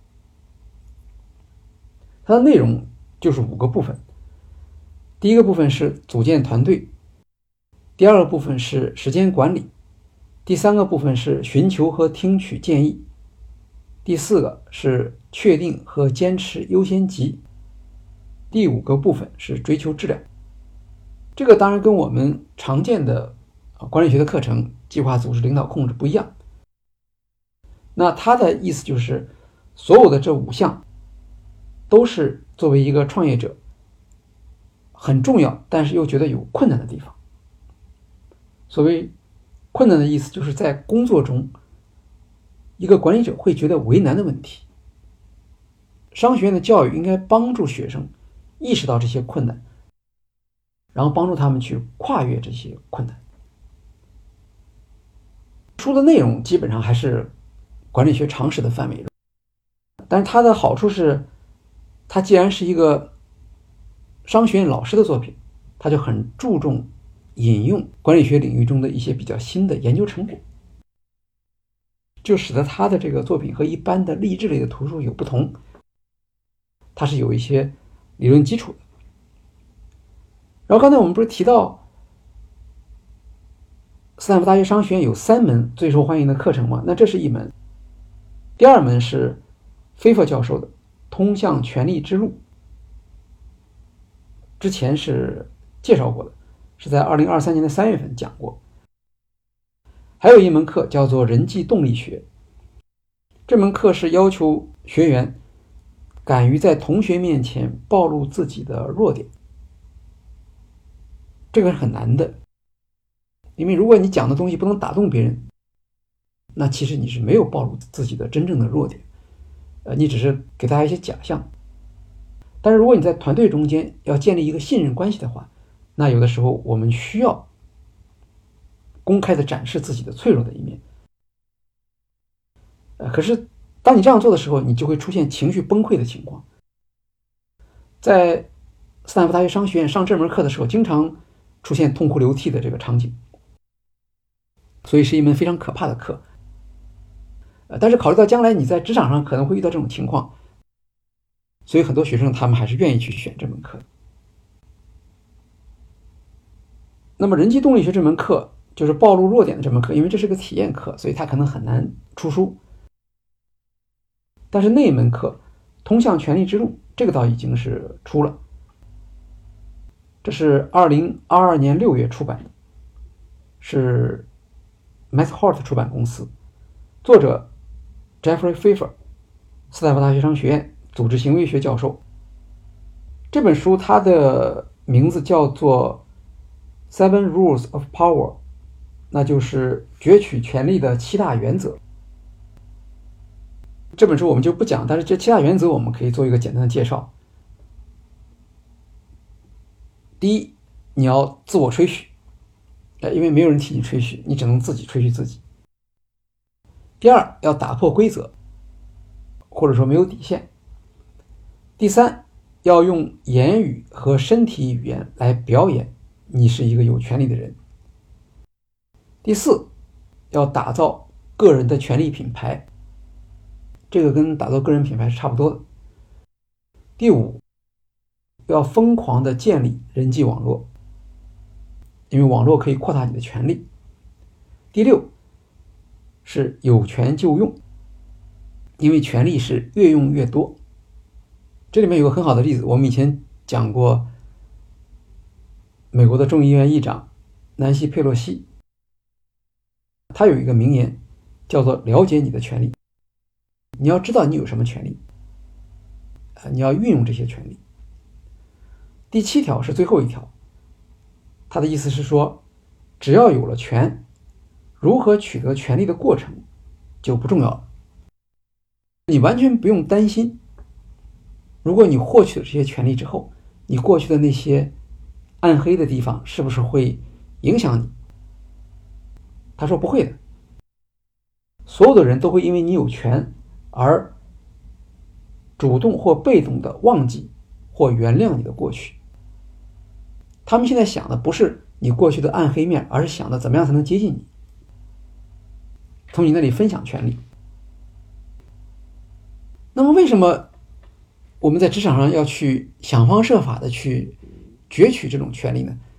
它的内容就是5个部分。第一个部分是组建团队，第二个部分是时间管理，第3个部分是寻求和听取建议，第4个是确定和坚持优先级，第5个部分是追求质量。这个当然跟我们常见的管理学的课程计划、组织、领导、控制不一样。那它的意思就是所有的这5项都是作为一个创业者很重要但是又觉得有困难的地方。所谓困难的意思就是在工作中一个管理者会觉得为难的问题。商学院的教育应该帮助学生意识到这些困难，然后帮助他们去跨越这些困难。书的内容基本上还是管理学常识的范围，但是它的好处是，它既然是一个商学院老师的作品，他就很注重引用管理学领域中的一些比较新的研究成果。 就使得他的这个作品和一般的励志类的图书有不同，它是有一些理论基础的。然后刚才我们不是提到斯坦福大学商学院有3门最受欢迎的课程吗？那这是一门，第2门是菲佛教授的《通向权力之路》，之前是介绍过的，是在2023年的3月份讲过。还有一门课叫做人际动力学，这门课是要求学员敢于在同学面前暴露自己的弱点，这个是很难的，因为如果你讲的东西不能打动别人，那其实你是没有暴露自己的真正的弱点，你只是给大家一些假象。但是如果你在团队中间要建立一个信任关系的话，那有的时候我们需要公开的展示自己的脆弱的一面。可是当你这样做的时候，你就会出现情绪崩溃的情况。在斯坦福大学商学院上这门课的时候，经常出现痛哭流涕的这个场景，所以是一门非常可怕的课。但是考虑到将来你在职场上可能会遇到这种情况，所以很多学生他们还是愿意去选这门课。那么人际动力学这门课就是暴露弱点的这门课，因为这是个体验课，所以它可能很难出书。但是那门课通向权力之路，这个倒已经是出了，这是2022年6月出版的，是 Massholt 出版公司，作者 Jeffrey Pfeffer， 斯坦福大学商学院组织行为学教授。这本书它的名字叫做 Seven Rules of Power， 那就是攫取权力的7大原则。这本书我们就不讲，但是这7大原则我们可以做一个简单的介绍。第一，你要自我吹嘘，因为没有人替你吹嘘，你只能自己吹嘘自己。第二，要打破规则，或者说没有底线。第三，要用言语和身体语言来表演你是一个有权利的人。第四，要打造个人的权力品牌，这个跟打造个人品牌是差不多的。第五，要疯狂的建立人际网络，因为网络可以扩大你的权利。第六，是有权就用，因为权力是越用越多。这里面有个很好的例子，我们以前讲过美国的众议院议长南希·佩洛西，他有一个名言叫做了解你的权利，你要知道你有什么权利，你要运用这些权利。第7条是最后一条，他的意思是说，只要有了权，如何取得权利的过程就不重要了。你完全不用担心，如果你获取了这些权利之后，你过去的那些暗黑的地方是不是会影响你？他说不会的，所有的人都会因为你有权而主动或被动的忘记或原谅你的过去。他们现在想的不是你过去的暗黑面，而是想的怎么样才能接近你，从你那里分享权利。那么为什么我们在职场上要去想方设法的去攫取这种权利呢？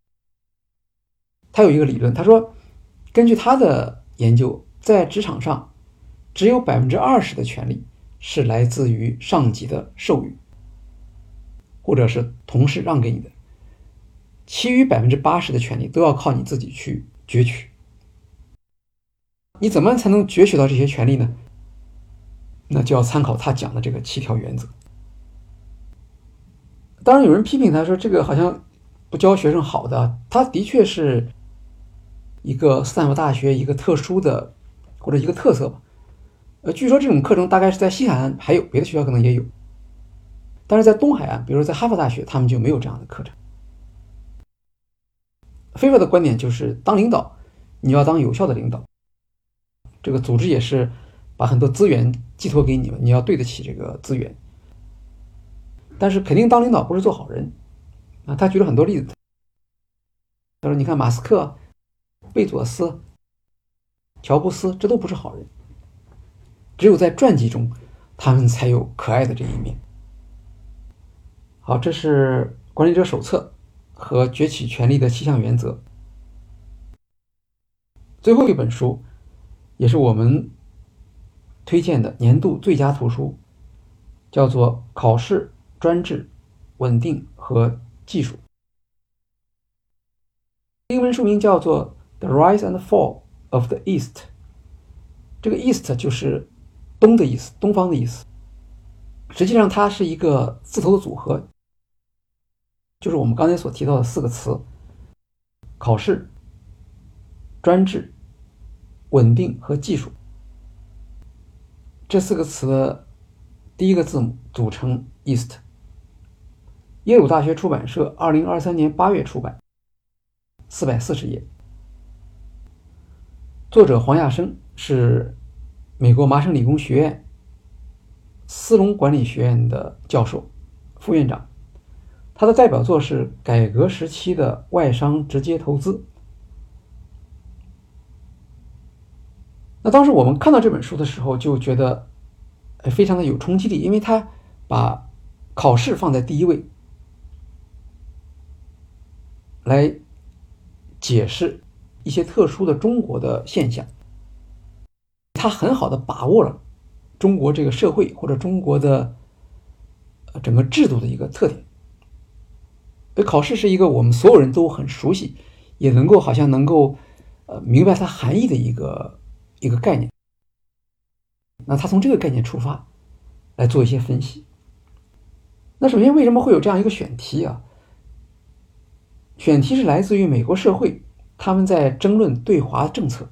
他有一个理论，他说根据他的研究，在职场上只有 20% 的权利是来自于上级的授予，或者是同事让给你的，其余 80% 的权利都要靠你自己去攫取。你怎么才能攫取到这些权利呢？那就要参考他讲的这个7条原则。当然有人批评他说这个好像不教学生好的，他的确是一个斯坦福大学一个特殊的或者一个特色吧。据说这种课程大概是在西海岸还有，别的学校可能也有，但是在东海岸，比如说在哈佛大学，他们就没有这样的课程。菲佛的观点就是当领导你要当有效的领导，这个组织也是把很多资源寄托给你们，你要对得起这个资源。但是肯定当领导不是做好人啊，他举了很多例子。他说你看马斯克、贝佐斯、乔布斯，这都不是好人只有在传记中，他们才有可爱的这一面。好，这是管理者手册和崛起权力的7项原则。最后一本书也是我们推荐的年度最佳图书，叫做《考试、专制、稳定和技术》，英文书名叫做 The Rise and Fall of the East。 这个 East 就是东的意思，东方的意思。实际上它是一个字头的组合，就是我们刚才所提到的4个词：考试、专制、稳定和技术。这4个词的第一个字母组成 East。 耶鲁大学出版社2023年8月出版，440页。作者黄亚生是美国麻省理工学院斯隆管理学院的教授、副院长。他的代表作是改革时期的外商直接投资。那当时我们看到这本书的时候就觉得非常的有冲击力，因为他把考试放在第一位，来解释一些特殊的中国的现象。他很好的把握了中国这个社会或者中国的整个制度的一个特点。考试是一个我们所有人都很熟悉，也好像能够明白它含义的一个概念。那他从这个概念出发来做一些分析。那首先为什么会有这样一个选题啊？选题是来自于美国社会，他们在争论对华政策。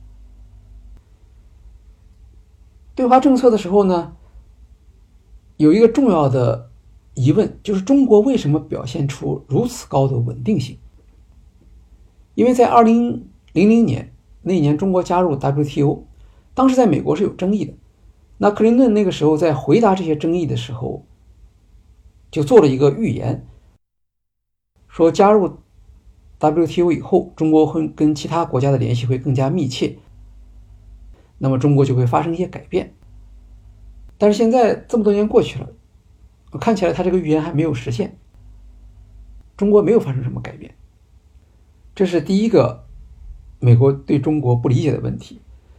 对华政策的时候呢，有一个重要的疑问，就是中国为什么表现出如此高的稳定性？因为在2000年那年中国加入 WTO， 当时在美国是有争议的。那克林顿那个时候在回答这些争议的时候，就做了一个预言，说加入 WTO 以后，中国会跟其他国家的联系会更加密切，那么中国就会发生一些改变。但是现在这么多年过去了，看起来他这个预言还没有实现，中国没有发生什么改变。这是第一个美国对中国不理解的问题。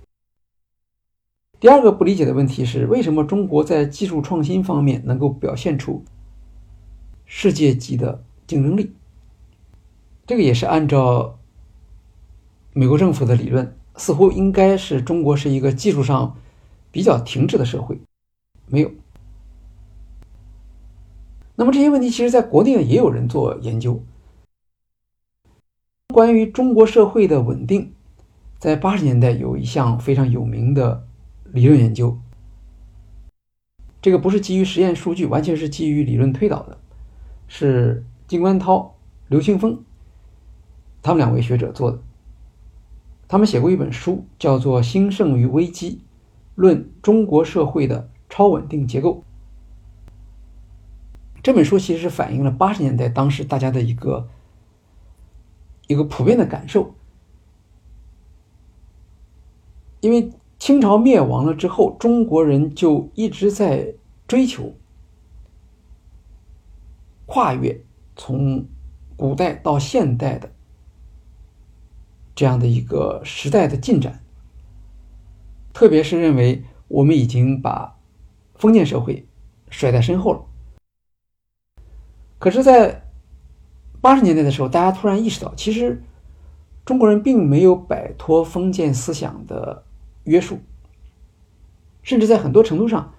第二个不理解的问题是，为什么中国在技术创新方面能够表现出世界级的竞争力？这个也是按照美国政府的理论，似乎应该是中国是一个技术上比较停滞的社会，没有。那么这些问题其实在国内也有人做研究。关于中国社会的稳定，在80年代有一项非常有名的理论研究，这个不是基于实验数据，完全是基于理论推导的，是金观涛、刘庆峰他们2位学者做的。他们写过一本书，叫做《兴盛与危机：论中国社会的超稳定结构》。这本书其实是反映了80年代当时大家的一个普遍的感受。因为清朝灭亡了之后，中国人就一直在追求跨越从古代到现代的这样的一个时代的进展，特别是认为我们已经把封建社会甩在身后了。可是在80年代的时候，大家突然意识到，其实中国人并没有摆脱封建思想的约束，甚至在很多程度上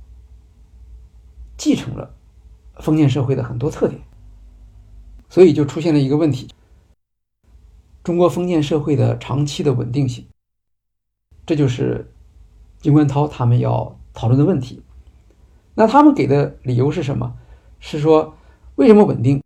继承了封建社会的很多特点。所以就出现了一个问题，中国封建社会的长期的稳定性，这就是金观涛他们要讨论的问题。那他们给的理由是什么？是说为什么稳定？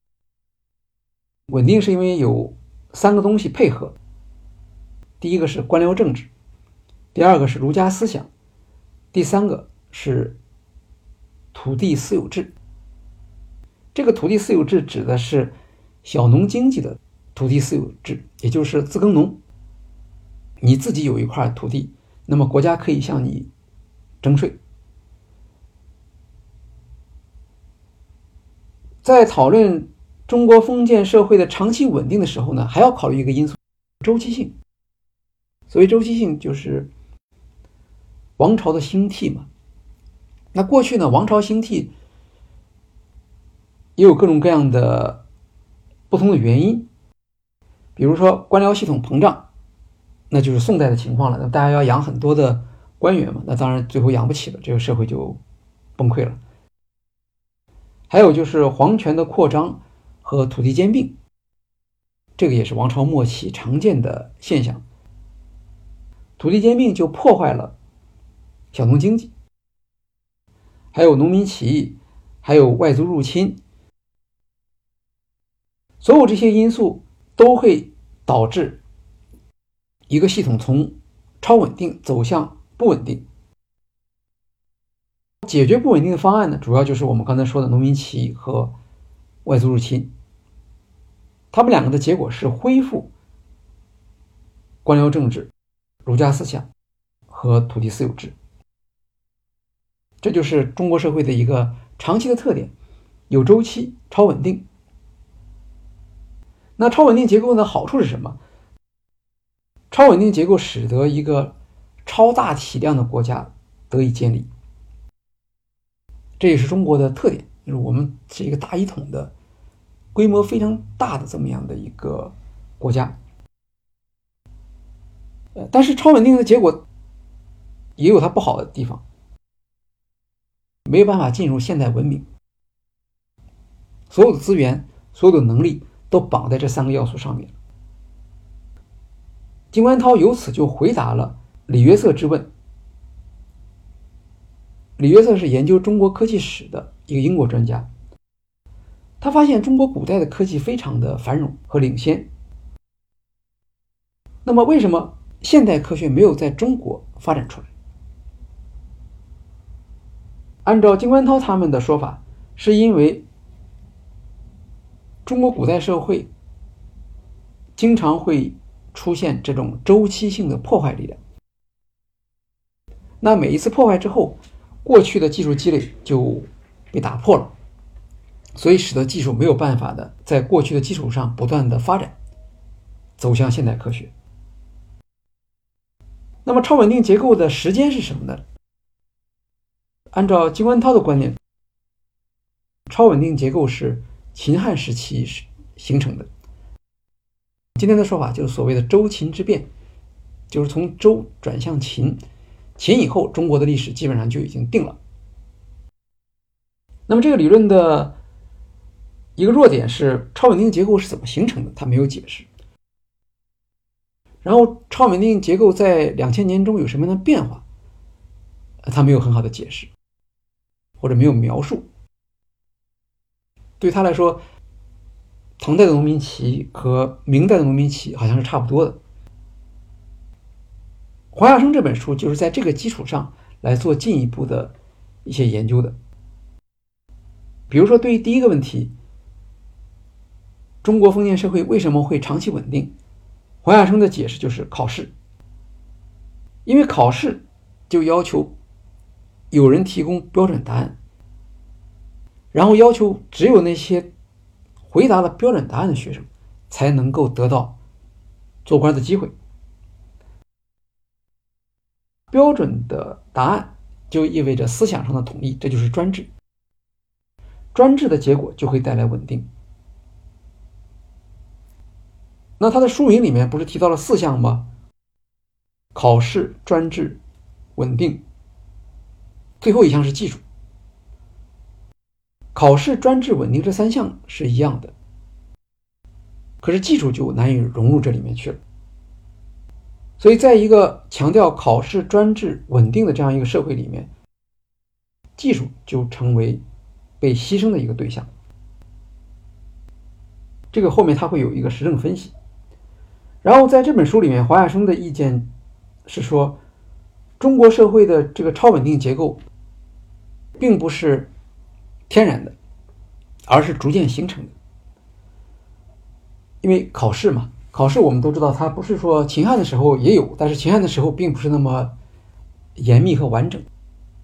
稳定是因为有3个东西配合。第一个是官僚政治，第二个是儒家思想，第三个是土地私有制。这个土地私有制指的是小农经济的土地私有制，也就是自耕农。你自己有一块土地，那么国家可以向你征税。在讨论中国封建社会的长期稳定的时候呢，还要考虑一个因素，周期性。所谓周期性，就是王朝的兴替嘛。那过去呢，王朝兴替也有各种各样的不同的原因，比如说官僚系统膨胀，那就是宋代的情况了。那大家要养很多的官员嘛，那当然最后养不起了，这个社会就崩溃了。还有就是皇权的扩张和土地兼并，这个也是王朝末期常见的现象。土地兼并就破坏了小农经济，还有农民起义，还有外族入侵，所有这些因素都会导致一个系统从超稳定走向不稳定。解决不稳定的方案呢，主要就是我们刚才说的农民起义和外族入侵。他们两个的结果是恢复官僚政治、儒家思想和土地私有制。这就是中国社会的一个长期的特点，有周期，超稳定。那超稳定结构的好处是什么？超稳定结构使得一个超大体量的国家得以建立，这也是中国的特点，就是我们是一个大一统的、规模非常大的这么样的一个国家。但是超稳定的结果也有它不好的地方，没有办法进入现代文明，所有的资源、所有的能力都绑在这三个要素上面。金观涛由此就回答了李约瑟之问。李约瑟是研究中国科技史的一个英国专家，他发现中国古代的科技非常的繁荣和领先。那么为什么现代科学没有在中国发展出来？按照金观涛他们的说法，是因为中国古代社会经常会出现这种周期性的破坏力量，那每一次破坏之后，过去的技术积累就被打破了，所以使得技术没有办法的在过去的基础上不断的发展，走向现代科学。那么超稳定结构的时间是什么呢？按照金观涛的观点，超稳定结构是秦汉时期形成的。今天的说法就是所谓的周秦之变，就是从周转向秦，秦以后中国的历史基本上就已经定了。那么这个理论的一个弱点是超稳定结构是怎么形成的，他没有解释。然后超稳定结构在2000年中有什么样的变化，他没有很好的解释，或者没有描述。对他来说，唐代的农民起义和明代的农民起义好像是差不多的。黄亚生这本书就是在这个基础上来做进一步的一些研究的。比如说对于第一个问题，中国封建社会为什么会长期稳定，黄亚生的解释就是考试。因为考试就要求有人提供标准答案，然后要求只有那些回答了标准答案的学生才能够得到做官的机会。标准的答案就意味着思想上的统一，这就是专制。专制的结果就会带来稳定。那他的书名里面不是提到了4项吗？考试、专制、稳定，最后一项是技术。考试、专制、稳定这3项是一样的，可是技术就难以融入这里面去了。所以在一个强调考试、专制、稳定的这样一个社会里面，技术就成为被牺牲的一个对象。这个后面他会有一个实证分析。然后在这本书里面，黄亚生的意见是说，中国社会的这个超稳定结构并不是天然的，而是逐渐形成的。因为考试嘛，考试我们都知道它不是说秦汉的时候也有，但是秦汉的时候并不是那么严密和完整。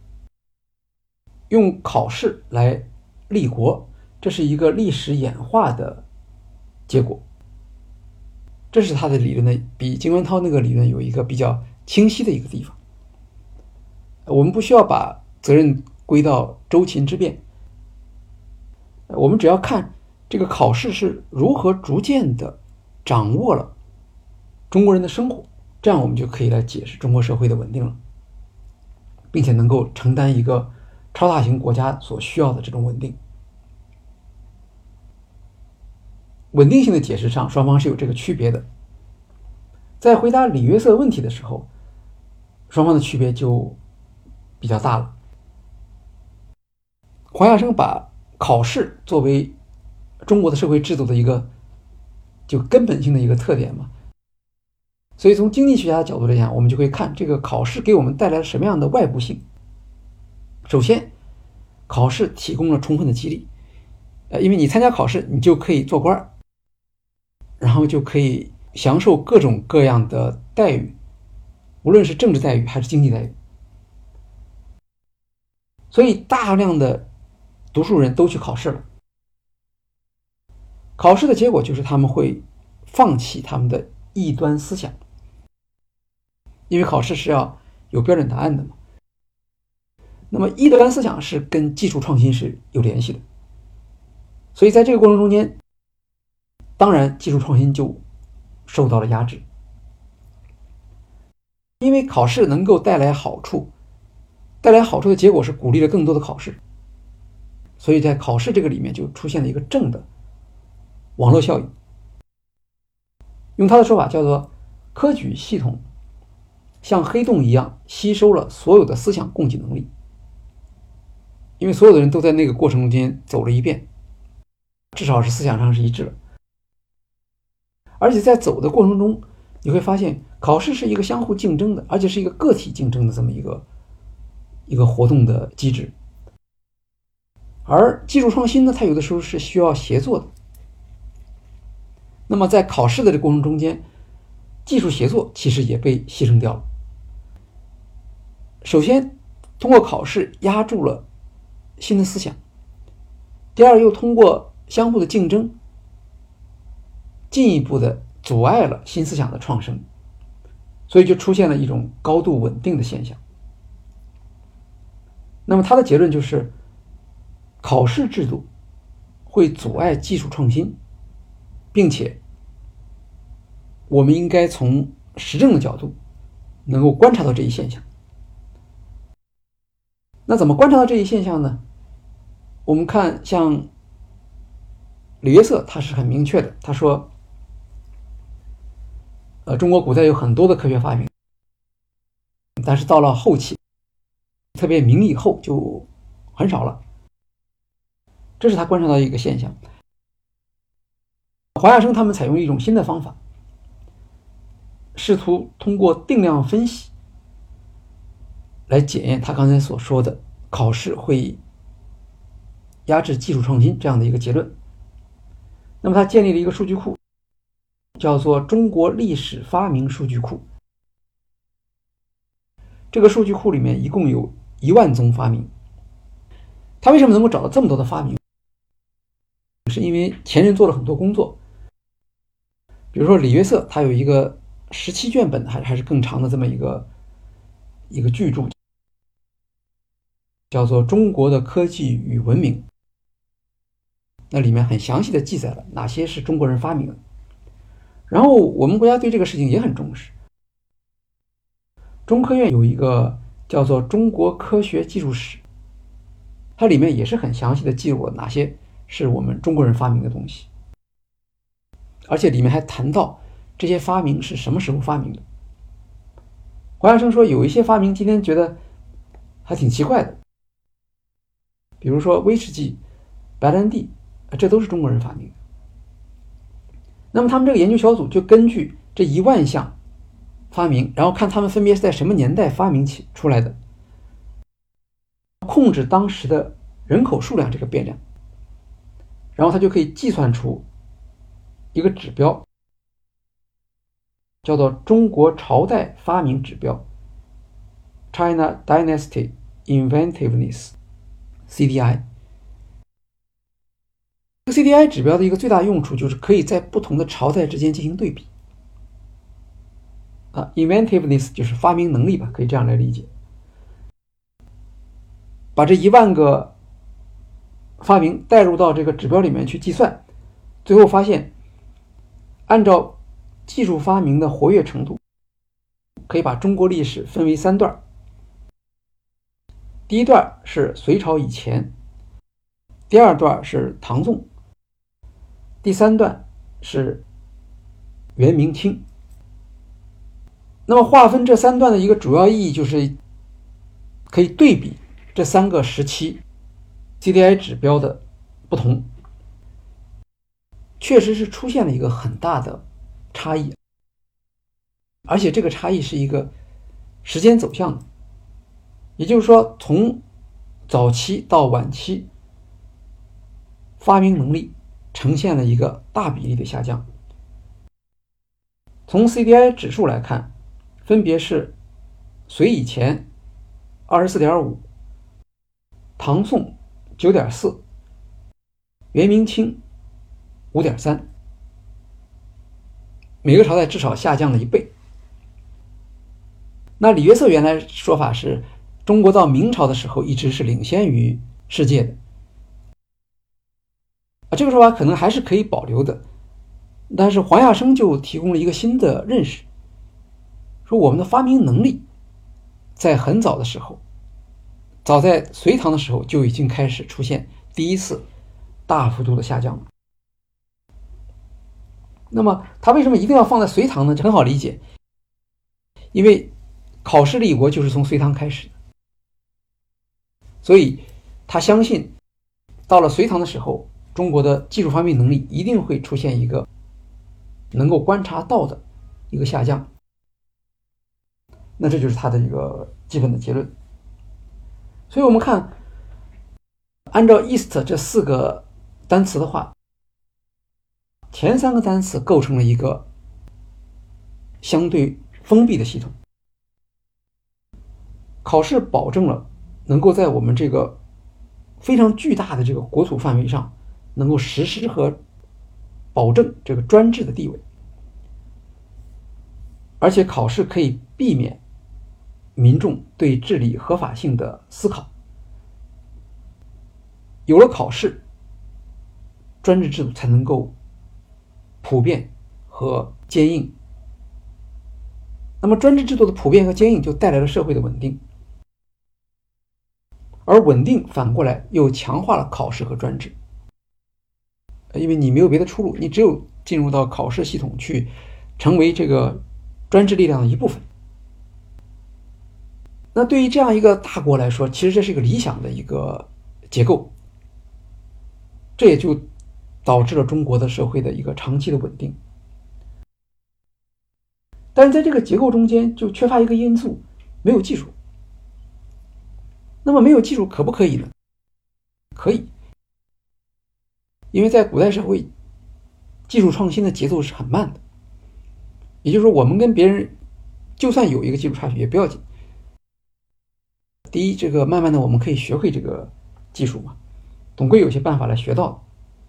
用考试来立国，这是一个历史演化的结果。这是他的理论呢，比金文涛那个理论有一个比较清晰的一个地方。我们不需要把责任归到周秦之变，我们只要看这个考试是如何逐渐的掌握了中国人的生活，这样我们就可以来解释中国社会的稳定了，并且能够承担一个超大型国家所需要的这种稳定。稳定性的解释上，双方是有这个区别的。在回答李约瑟问题的时候，双方的区别就比较大了。黄亚生把考试作为中国的社会制度的一个就根本性的一个特点嘛，所以从经济学家的角度来讲，我们就会看这个考试给我们带来了什么样的外部性。首先，考试提供了充分的激励，因为你参加考试，你就可以做官，然后就可以享受各种各样的待遇，无论是政治待遇还是经济待遇。所以大量的读书人都去考试了。考试的结果就是他们会放弃他们的异端思想，因为考试是要有标准答案的嘛。那么异端思想是跟技术创新是有联系的，所以在这个过程中间，当然技术创新就受到了压制。因为考试能够带来好处，带来好处的结果是鼓励了更多的考试，所以在考试这个里面就出现了一个正的网络效应。用他的说法叫做科举系统像黑洞一样吸收了所有的思想供给能力，因为所有的人都在那个过程中间走了一遍，至少是思想上是一致的。而且在走的过程中，你会发现考试是一个相互竞争的，而且是一个个体竞争的这么一个活动的机制。而技术创新呢，它有的时候是需要协作的。那么在考试的这个过程中间，技术协作其实也被牺牲掉了。首先，通过考试压住了新的思想；第二，又通过相互的竞争，进一步的阻碍了新思想的创生，所以就出现了一种高度稳定的现象。那么他的结论就是，考试制度会阻碍技术创新，并且我们应该从实证的角度能够观察到这一现象。那怎么观察到这一现象呢？我们看像李约瑟他是很明确的，他说中国古代有很多的科学发明，但是到了后期，特别明以后就很少了。这是他观察到一个现象。黄亚生他们采用一种新的方法，试图通过定量分析来检验他刚才所说的考试会压制技术创新这样的一个结论。那么他建立了一个数据库，叫做中国历史发明数据库。这个数据库里面一共有10000宗发明。他为什么能够找到这么多的发明？是因为前人做了很多工作。比如说李约瑟他有一个17卷本还是更长的这么一个巨著，叫做《中国的科技与文明》，那里面很详细的记载了哪些是中国人发明的。然后我们国家对这个事情也很重视，中科院有一个叫做《中国科学技术史》，它里面也是很详细的记录了哪些是我们中国人发明的东西，而且里面还谈到这些发明是什么时候发明的。黄亚生说有一些发明今天觉得还挺奇怪的，比如说威士忌、白兰地，这都是中国人发明的。那么他们这个研究小组就根据这10000项发明，然后看他们分别是在什么年代发明出来的，控制当时的人口数量这个变量，然后他就可以计算出一个指标，叫做中国朝代发明指标 China Dynasty Inventiveness。 CDI。这个 CDI 指标的一个最大用处就是可以在不同的朝代之间进行对比。inventiveness 就是发明能力吧，可以这样来理解。把这10000个发明带入到这个指标里面去计算，最后发现，按照技术发明的活跃程度，可以把中国历史分为3段。第一段是隋朝以前，第二段是唐宋，第三段是元明清。那么划分这3段的一个主要意义就是可以对比这3个时期 CDI 指标的不同，确实是出现了一个很大的差异，而且这个差异是一个时间走向的，也就是说从早期到晚期发明能力呈现了一个大比例的下降。从 CDI 指数来看，分别是隋以前 24.5， 唐宋 9.4， 元明清 5.3， 每个朝代至少下降了1倍。那李约瑟原来说法是中国到明朝的时候一直是领先于世界的，这个说法可能还是可以保留的，但是黄亚生就提供了一个新的认识，说我们的发明能力在很早的时候，早在隋唐的时候就已经开始出现第一次大幅度的下降了。那么他为什么一定要放在隋唐呢？很好理解，因为考试立国就是从隋唐开始的，所以他相信到了隋唐的时候，中国的技术发明能力一定会出现一个能够观察到的一个下降。那这就是他的一个基本的结论。所以我们看，按照 East 这4个单词的话，前3个单词构成了一个相对封闭的系统。考试保证了能够在我们这个非常巨大的这个国土范围上能够实施和保证这个专制的地位，而且考试可以避免民众对治理合法性的思考。有了考试，专制制度才能够普遍和坚硬。那么专制制度的普遍和坚硬就带来了社会的稳定，而稳定反过来又强化了考试和专制，因为你没有别的出路，你只有进入到考试系统去成为这个专制力量的一部分。那对于这样一个大国来说，其实这是一个理想的一个结构，这也就导致了中国的社会的一个长期的稳定。但是在这个结构中间就缺乏一个因素，没有技术。那么没有技术可不可以呢？可以，因为在古代社会，技术创新的节奏是很慢的。也就是说，我们跟别人就算有一个技术差距也不要紧。第一，这个慢慢的我们可以学会这个技术嘛，总归有些办法来学到。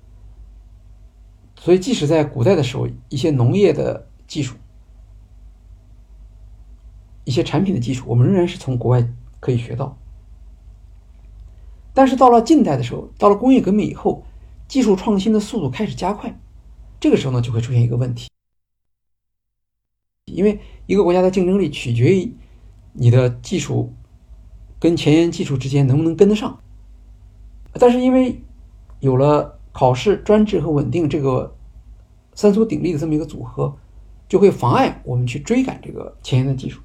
所以即使在古代的时候，一些农业的技术，一些产品的技术，我们仍然是从国外可以学到。但是到了近代的时候，到了工业革命以后，技术创新的速度开始加快，这个时候呢就会出现一个问题，因为一个国家的竞争力取决于你的技术跟前沿技术之间能不能跟得上。但是因为有了考试、专制和稳定这个三足鼎立的这么一个组合，就会妨碍我们去追赶这个前沿的技术。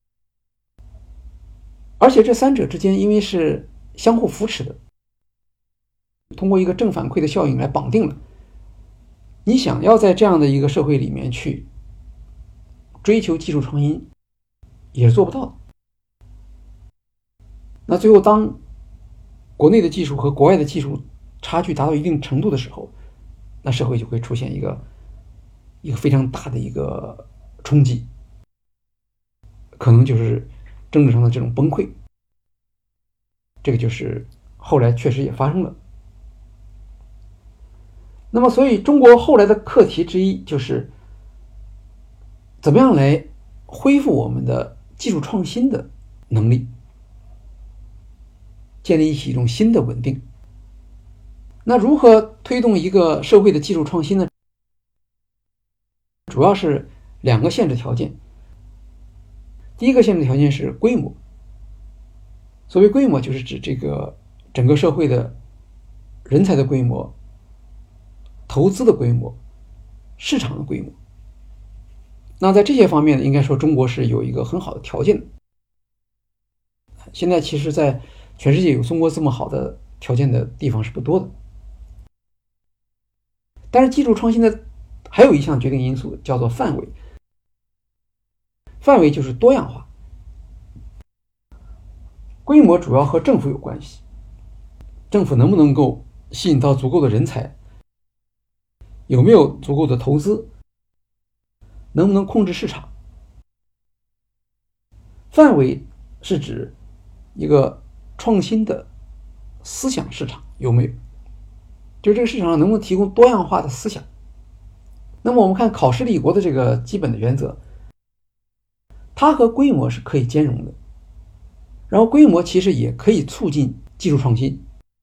而且这三者之间因为是相互扶持的，通过一个正反馈的效应来绑定了。你想要在这样的一个社会里面去追求技术创新，也是做不到的。那最后当国内的技术和国外的技术差距达到一定程度的时候，那社会就会出现一个非常大的一个冲击，可能就是政治上的这种崩溃。这个就是后来确实也发生了。那么，所以中国后来的课题之一就是怎么样来恢复我们的技术创新的能力，建立起一种新的稳定。那如何推动一个社会的技术创新呢？主要是2个限制条件。第一个限制条件是规模。所谓规模，就是指这个整个社会的人才的规模、投资的规模、市场的规模。那在这些方面呢，应该说中国是有一个很好的条件的。现在其实在全世界有中国这么好的条件的地方是不多的。但是技术创新的还有一项决定因素叫做范围。范围就是多样化。规模主要和政府有关系，政府能不能够吸引到足够的人才，有没有足够的投资，能不能控制市场。范围是指一个创新的思想市场有没有，就这个市场上能不能提供多样化的思想。那么我们看考试立国的这个基本的原则，它和规模是可以兼容的，然后规模其实也可以促进技术创新，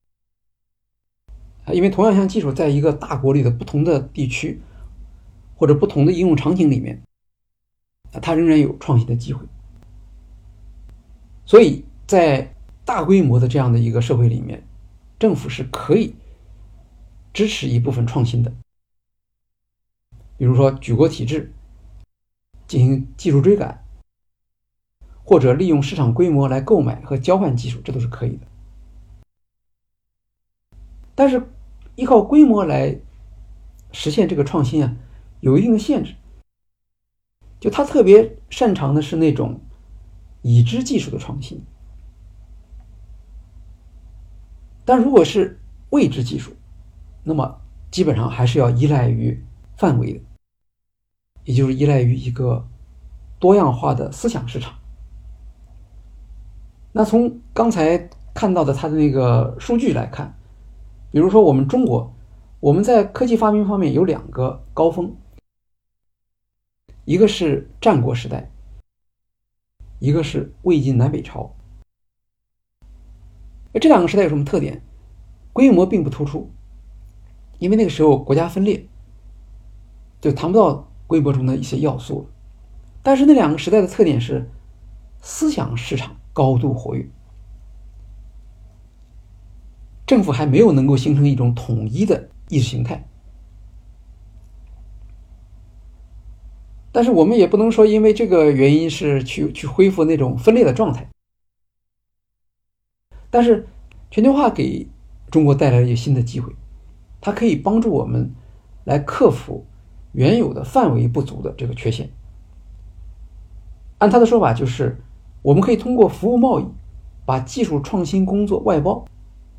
因为同样一项技术在一个大国里的不同的地区或者不同的应用场景里面，它仍然有创新的机会。所以在大规模的这样的一个社会里面，政府是可以支持一部分创新的，比如说举国体制，进行技术追赶，或者利用市场规模来购买和交换技术，这都是可以的。但是依靠规模来实现这个创新啊，有一定的限制。就它特别擅长的是那种已知技术的创新，但如果是未知技术，那么基本上还是要依赖于范围的，也就是依赖于一个多样化的思想市场。那从刚才看到的它的那个数据来看，比如说我们中国，我们在科技发明方面有2个高峰，一个是战国时代，一个是魏晋南北朝。这2个时代有什么特点？规模并不突出，因为那个时候国家分裂，就谈不到规模中的一些要素了。但是那2个时代的特点是思想市场高度活跃，政府还没有能够形成一种统一的意识形态。但是我们也不能说因为这个原因是去恢复那种分裂的状态。但是全球化给中国带来了一个新的机会，它可以帮助我们来克服原有的范围不足的这个缺陷。按他的说法，就是我们可以通过服务贸易把技术创新工作外包。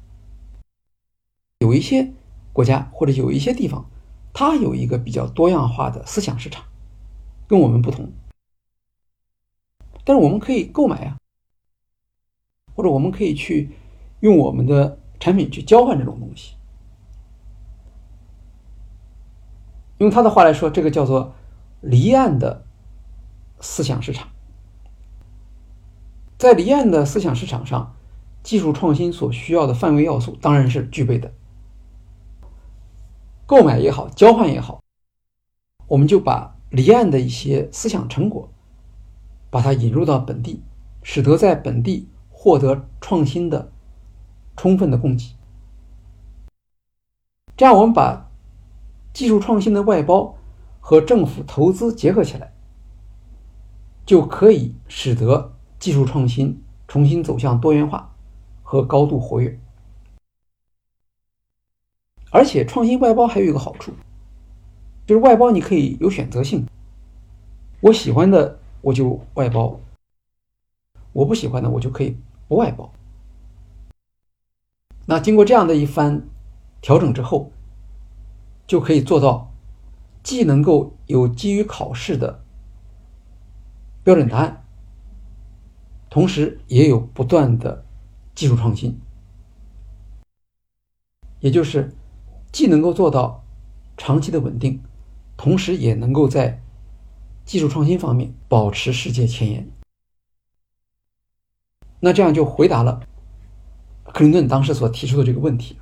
有一些国家或者有一些地方，它有一个比较多样化的思想市场，跟我们不同，但是我们可以购买啊，或者我们可以去用我们的产品去交换这种东西。用他的话来说，这个叫做离岸的思想市场。在离岸的思想市场上，技术创新所需要的范围要素当然是具备的。购买也好，交换也好，我们就把离岸的一些思想成果把它引入到本地，使得在本地获得创新的充分的供给。这样我们把技术创新的外包和政府投资结合起来，就可以使得技术创新重新走向多元化和高度活跃。而且创新外包还有一个好处，就是外包你可以有选择性，我喜欢的我就外包，我不喜欢的我就可以不外包。那经过这样的一番调整之后，就可以做到既能够有基于考试的标准答案，同时也有不断的技术创新。 也就是既能够做到长期的稳定，同时也能够在技术创新方面保持世界前沿。那这样就回答了克林顿当时所提出的这个问题。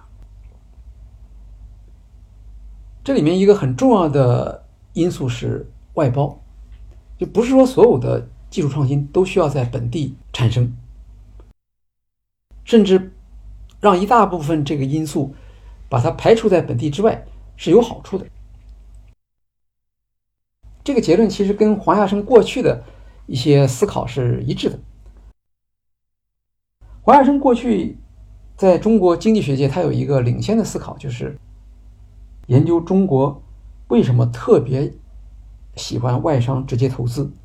这里面一个很重要的因素是外包，就不是说所有的技术创新都需要在本地产生，甚至让一大部分这个因素把它排除在本地之外是有好处的。这个结论其实跟黄亚生过去的一些思考是一致的。黄亚生过去在中国经济学界他有一个领先的思考，就是研究中国为什么特别喜欢外商直接投资。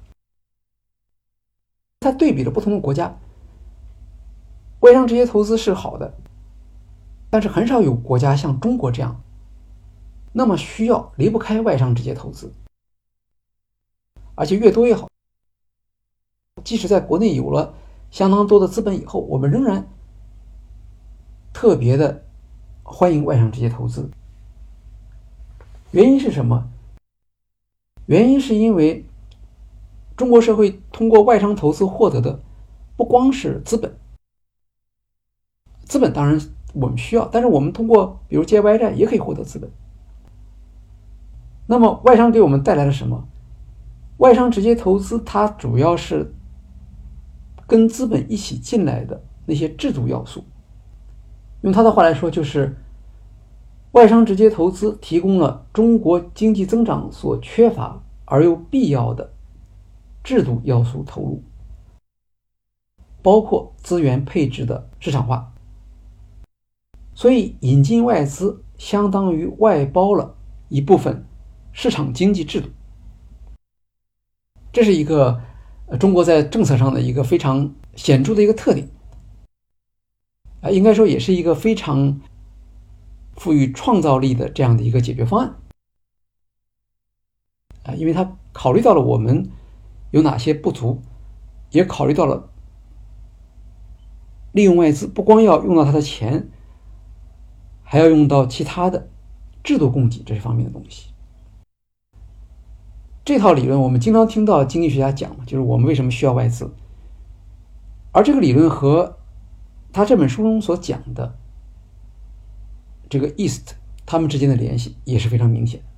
他对比了不同的国家，外商直接投资是好的，但是很少有国家像中国这样那么需要离不开外商直接投资，而且越多越好。即使在国内有了相当多的资本以后，我们仍然特别的欢迎外商直接投资。原因是什么？原因是因为中国社会通过外商投资获得的不光是资本，资本当然我们需要，但是我们通过比如借外债也可以获得资本。那么外商给我们带来了什么？外商直接投资它主要是跟资本一起进来的那些制度要素。用他的话来说，就是外商直接投资提供了中国经济增长所缺乏而又必要的制度要素投入，包括资源配置的市场化。所以引进外资相当于外包了一部分市场经济制度。这是一个中国在政策上的一个非常显著的一个特点，应该说也是一个非常赋予创造力的这样的一个解决方案。因为它考虑到了我们有哪些不足，也考虑到了利用外资不光要用到它的钱，还要用到其他的制度供给这方面的东西。这套理论我们经常听到经济学家讲，就是我们为什么需要外资。而这个理论和他这本书中所讲的这个 East 他们之间的联系也是非常明显。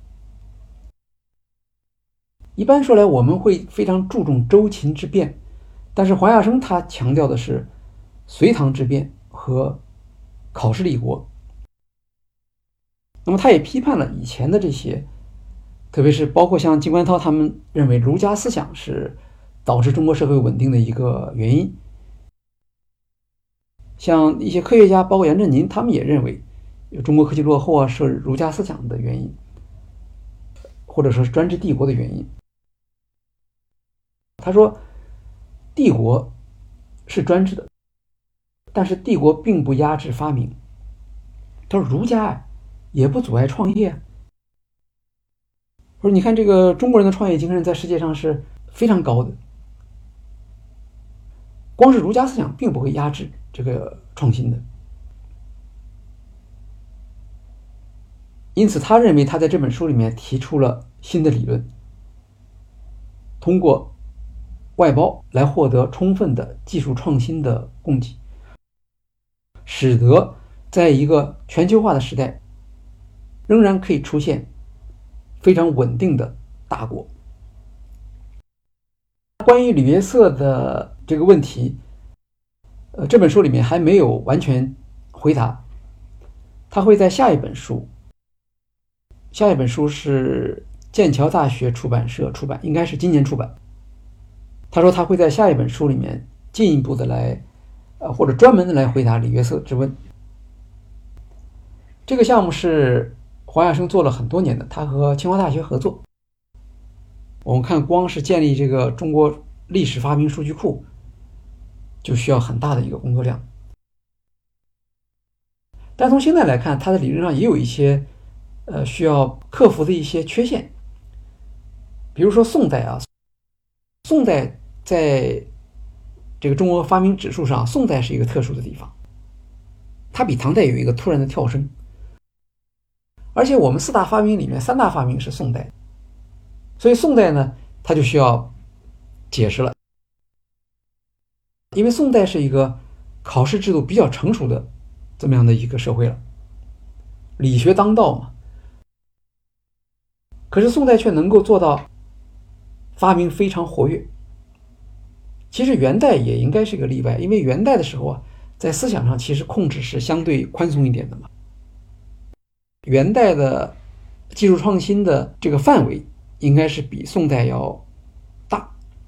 一般说来，我们会非常注重周秦之变，但是黄亚生他强调的是隋唐之变和考试立国。那么他也批判了以前的这些，特别是包括像金观涛他们认为儒家思想是导致中国社会稳定的一个原因。像一些科学家包括杨振宁他们也认为中国科技落后是儒家思想的原因，或者说是专制帝国的原因。他说帝国是专制的，但是帝国并不压制发明。他说儒家也不阻碍创业。说你看这个中国人的创业精神在世界上是非常高的，光是儒家思想并不会压制这个创新的。因此他认为他在这本书里面提出了新的理论，通过外包来获得充分的技术创新的供给，使得在一个全球化的时代仍然可以出现非常稳定的大国。关于吕约瑟的这个问题，这本书里面还没有完全回答，他会在下一本书是剑桥大学出版社出版，应该是今年出版。他说他会在下一本书里面进一步的来或者专门的来回答吕约瑟之问。这个项目是黄亚生做了很多年的，他和清华大学合作。我们看光是建立这个中国历史发明数据库就需要很大的一个工作量。但从现在来看，他的理论上也有一些需要克服的一些缺陷。比如说宋代在这个中国发明指数上，宋代是一个特殊的地方，它比唐代有一个突然的跳升。 而且我们4大发明里面3大发明是宋代，所以宋代呢，它就需要解释了。因为宋代是一个考试制度比较成熟的这么样的一个社会了，理学当道嘛。可是宋代却能够做到发明非常活跃。其实元代也应该是个例外，因为元代的时候啊，在思想上其实控制是相对宽松一点的嘛。元代的技术创新的这个范围应该是比宋代要大，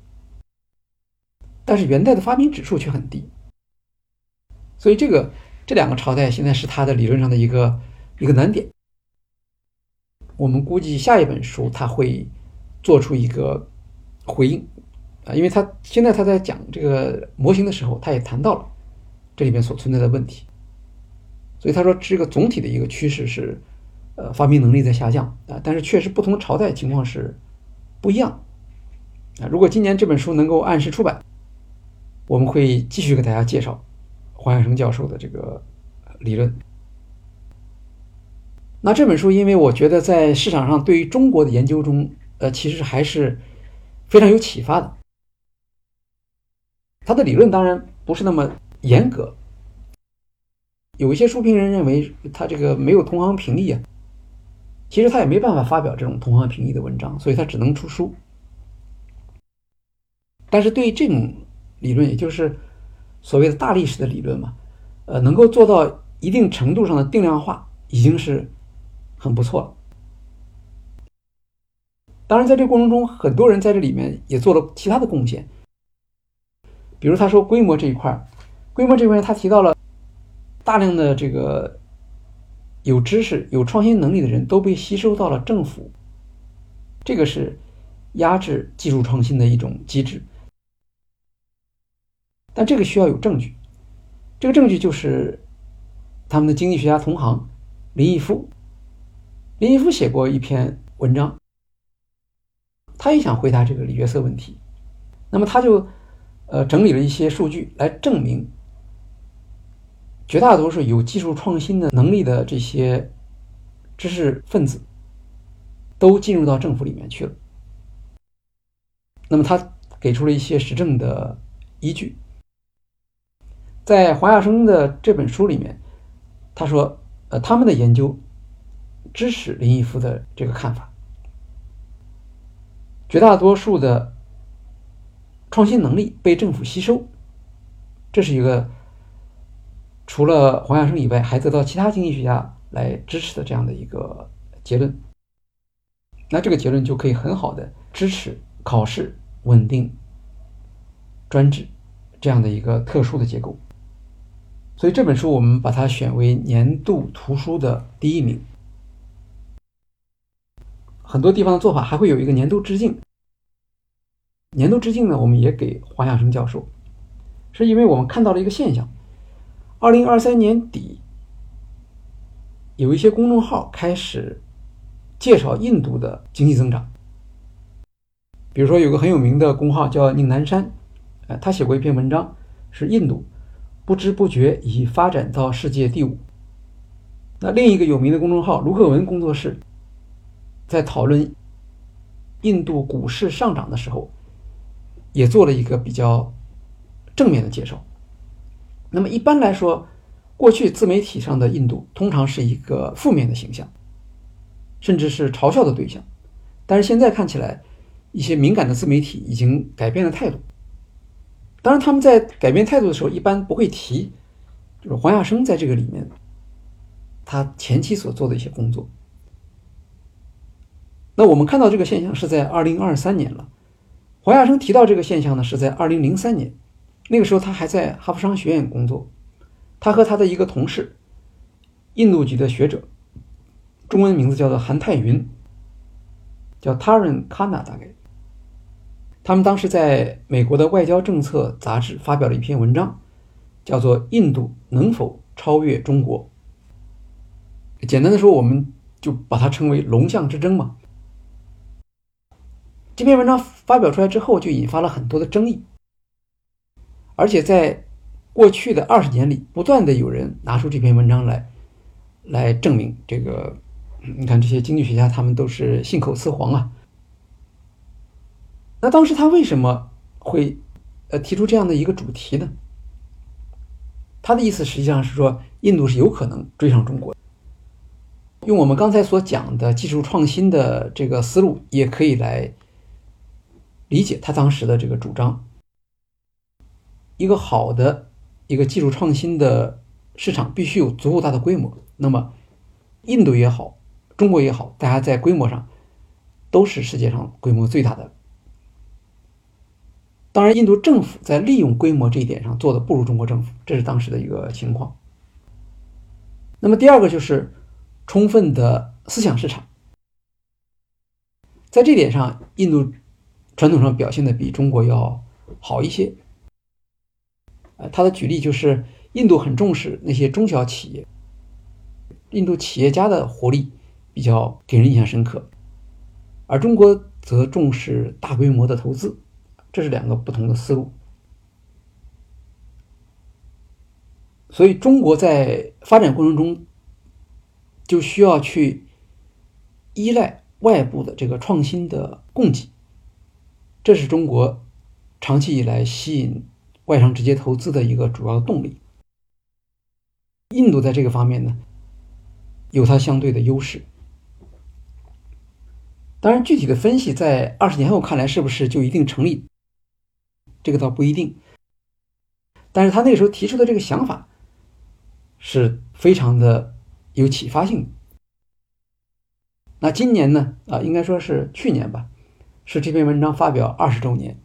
但是元代的发明指数却很低，所以这2个朝代现在是它的理论上的一个难点。我们估计下一本书它会做出一个回应因为现在他在讲这个模型的时候，他也谈到了这里面所存在的问题，所以他说这个总体的一个趋势是发明能力在下降但是确实不同朝代情况是不一样如果今年这本书能够按时出版，我们会继续给大家介绍黄亚生教授的这个理论。那这本书因为我觉得在市场上对于中国的研究中其实还是非常有启发的。他的理论当然不是那么严格，有一些书评人认为他这个没有同行评议其实他也没办法发表这种同行评议的文章，所以他只能出书。但是对于这种理论，也就是所谓的大历史的理论嘛，能够做到一定程度上的定量化，已经是很不错了。当然在这个过程中，很多人在这里面也做了其他的贡献，比如他说规模这一块他提到了大量的这个有知识有创新能力的人都被吸收到了政府，这个是压制技术创新的一种机制。但这个需要有证据，这个证据就是他们的经济学家同行林毅夫写过一篇文章，他也想回答这个李约瑟问题。那么他就整理了一些数据来证明绝大多数有技术创新的能力的这些知识分子都进入到政府里面去了。那么他给出了一些实证的依据。在黄亚生的这本书里面，他说他们的研究支持林毅夫的这个看法，绝大多数的创新能力被政府吸收，这是一个除了黄亚生以外还得到其他经济学家来支持的这样的一个结论。那这个结论就可以很好的支持考试稳定专制这样的一个特殊的结构。所以这本书我们把它选为年度图书的第1名。很多地方的做法还会有一个年度致敬，年度致敬呢我们也给黄亚生教授，是因为我们看到了一个现象，2023年底有一些公众号开始介绍印度的经济增长。比如说有个很有名的公号叫宁南山，他写过一篇文章，是印度不知不觉已发展到世界第5。那另一个有名的公众号卢克文工作室在讨论印度股市上涨的时候，也做了一个比较正面的介绍。那么一般来说，过去自媒体上的印度通常是一个负面的形象，甚至是嘲笑的对象。但是现在看起来，一些敏感的自媒体已经改变了态度。当然他们在改变态度的时候一般不会提就是黄亚生在这个里面他前期所做的一些工作。那我们看到这个现象是在2023年了，黄亚生提到这个现象呢是在2003年，那个时候他还在哈佛商学院工作，他和他的一个同事印度籍的学者，中文名字叫做韩泰云，叫 Taran Khanna 大概，他们当时在美国的外交政策杂志发表了一篇文章，叫做印度能否超越中国。简单的说，我们就把它称为龙象之争嘛。这篇文章发表出来之后就引发了很多的争议，而且在过去的20年里不断的有人拿出这篇文章来证明这个你看这些经济学家他们都是信口雌黄啊。那当时他为什么会提出这样的一个主题呢？他的意思实际上是说，印度是有可能追上中国。用我们刚才所讲的技术创新的这个思路，也可以来理解他当时的这个主张。一个好的一个技术创新的市场必须有足够大的规模，那么印度也好，中国也好，大家在规模上都是世界上规模最大的。当然印度政府在利用规模这一点上做的不如中国政府，这是当时的一个情况。那么第二个就是充分的思想市场，在这点上印度传统上表现的比中国要好一些。他的举例就是印度很重视那些中小企业，印度企业家的活力比较给人印象深刻，而中国则重视大规模的投资，这是两个不同的思路。所以中国在发展过程中就需要去依赖外部的这个创新的供给，这是中国长期以来吸引外商直接投资的一个主要动力。印度在这个方面呢，有它相对的优势。当然具体的分析在20年后看来是不是就一定成立，这个倒不一定。但是他那个时候提出的这个想法是非常的有启发性的。那今年呢，应该说是去年吧，是这篇文章发表20周年。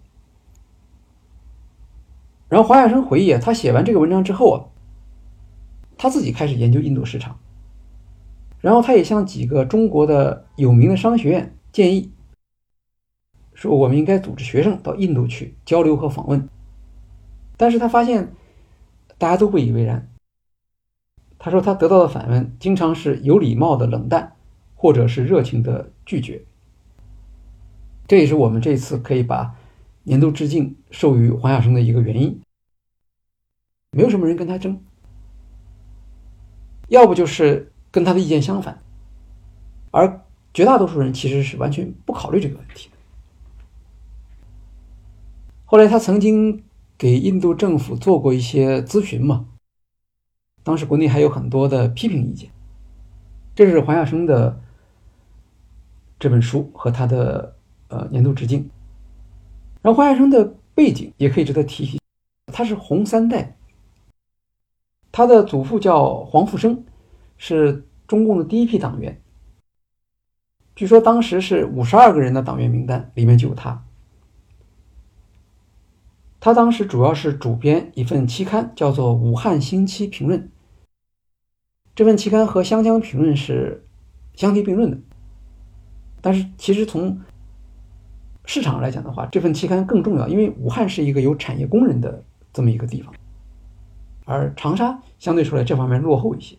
然后黄亚生回忆他写完这个文章之后他自己开始研究印度市场，然后他也向几个中国的有名的商学院建议，说我们应该组织学生到印度去交流和访问。但是他发现大家都不以为然，他说他得到的反问经常是有礼貌的冷淡，或者是热情的拒绝。这也是我们这次可以把年度致敬授予黄亚生的一个原因。没有什么人跟他争，要不就是跟他的意见相反，而绝大多数人其实是完全不考虑这个问题的。后来他曾经给印度政府做过一些咨询嘛，当时国内还有很多的批评意见。这是黄亚生的这本书和他的年度致敬。然后黄亚生的背景也可以值得提起，他是红三代，他的祖父叫黄复生，是中共的第一批党员，据说当时是52个人的党员名单，里面就有他。他当时主要是主编一份期刊，叫做《武汉星期评论》。这份期刊和《湘江评论》是相提并论的，但是其实从市场来讲的话，这份期刊更重要，因为武汉是一个有产业工人的这么一个地方，而长沙相对说来这方面落后一些。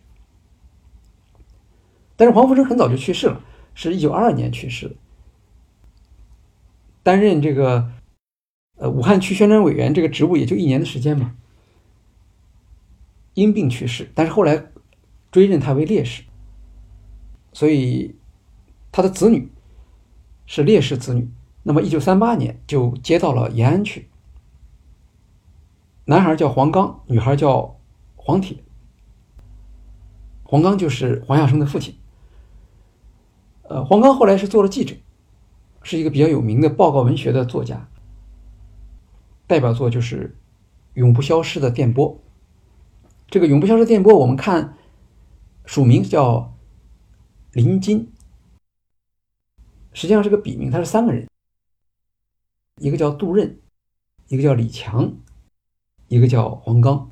但是黄复生很早就去世了，是1922年去世的，担任这个武汉区宣传委员这个职务也就1年的时间嘛，因病去世，但是后来追认他为烈士，所以他的子女是烈士子女。那么1938年就接到了延安去，男孩叫黄刚，女孩叫黄铁。黄刚就是黄亚生的父亲。黄刚后来是做了记者，是一个比较有名的报告文学的作家，代表作就是《永不消失的电波》。这个《永不消失的电波》，我们看署名叫林金，实际上是个笔名，他是3个人，一个叫杜任，一个叫李强，一个叫黄刚。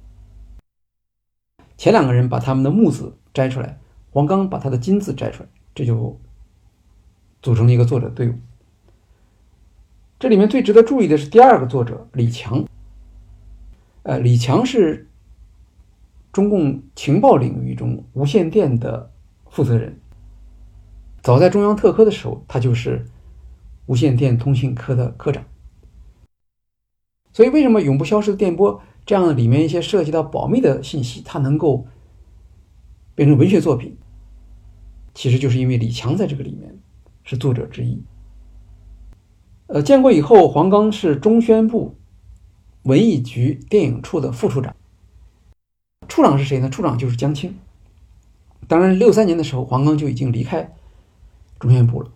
前2个人把他们的木字摘出来，黄刚把他的金字摘出来，这就组成了一个作者队伍。这里面最值得注意的是第2个作者李强。李强是中共情报领域中无线电的负责人，早在中央特科的时候，他就是无线电通信科的科长。所以为什么永不消失的电波这样的里面一些涉及到保密的信息它能够变成文学作品， 其实就是因为李强在这个里面是作者之一。建国以后，黄冈是中宣部文艺局电影处的副处长。处长是谁呢？处长就是江青。当然63年的时候，黄冈就已经离开中宣部了。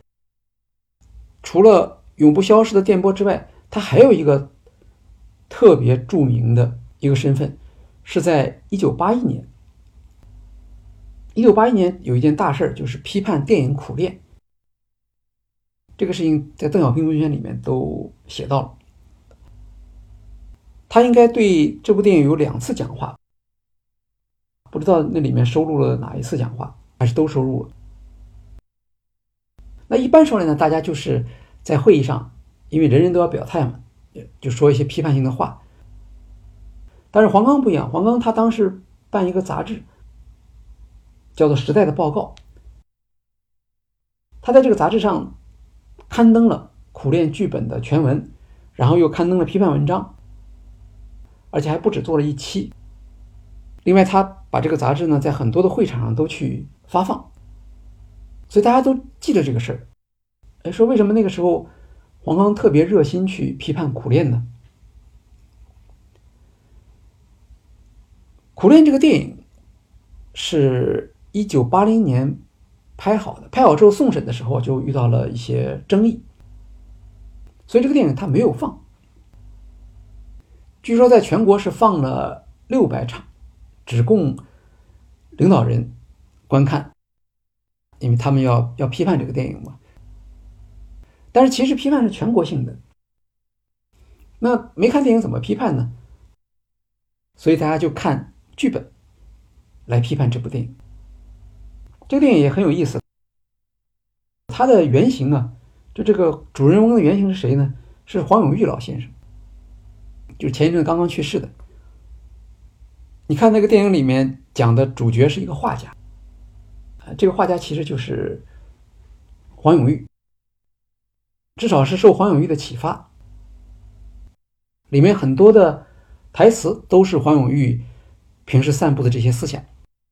除了永不消失的电波之外，他还有一个特别著名的一个身份，是在1981年。1981年有一件大事，就是批判电影苦练。这个事情在邓小平文选里面都写到了。他应该对这部电影有2次讲话，不知道那里面收录了哪一次讲话，还是都收录了。那一般说来呢，大家就是在会议上，因为人人都要表态嘛，就说一些批判性的话。但是黄冈不一样，黄冈他当时办一个杂志，叫做《时代的报告》，他在这个杂志上刊登了苦练剧本的全文，然后又刊登了批判文章，而且还不止做了1期。另外他把这个杂志呢在很多的会场上都去发放，所以大家都记得这个事儿。说为什么那个时候黄冈特别热心去批判苦练呢？苦练这个电影是1980年拍好的，拍好之后送审的时候就遇到了一些争议，所以这个电影它没有放。据说在全国是放了600场，只供领导人观看，因为他们要批判这个电影嘛。但是其实批判是全国性的，那没看电影怎么批判呢？所以大家就看剧本来批判这部电影。这个电影也很有意思，它的原型啊，就这个主人翁的原型是谁呢？是黄永玉老先生，就是前一阵刚刚去世的。你看那个电影里面讲的主角是一个画家，这个画家其实就是黄永玉，至少是受黄永玉的启发。里面很多的台词都是黄永玉平时散布的这些思想。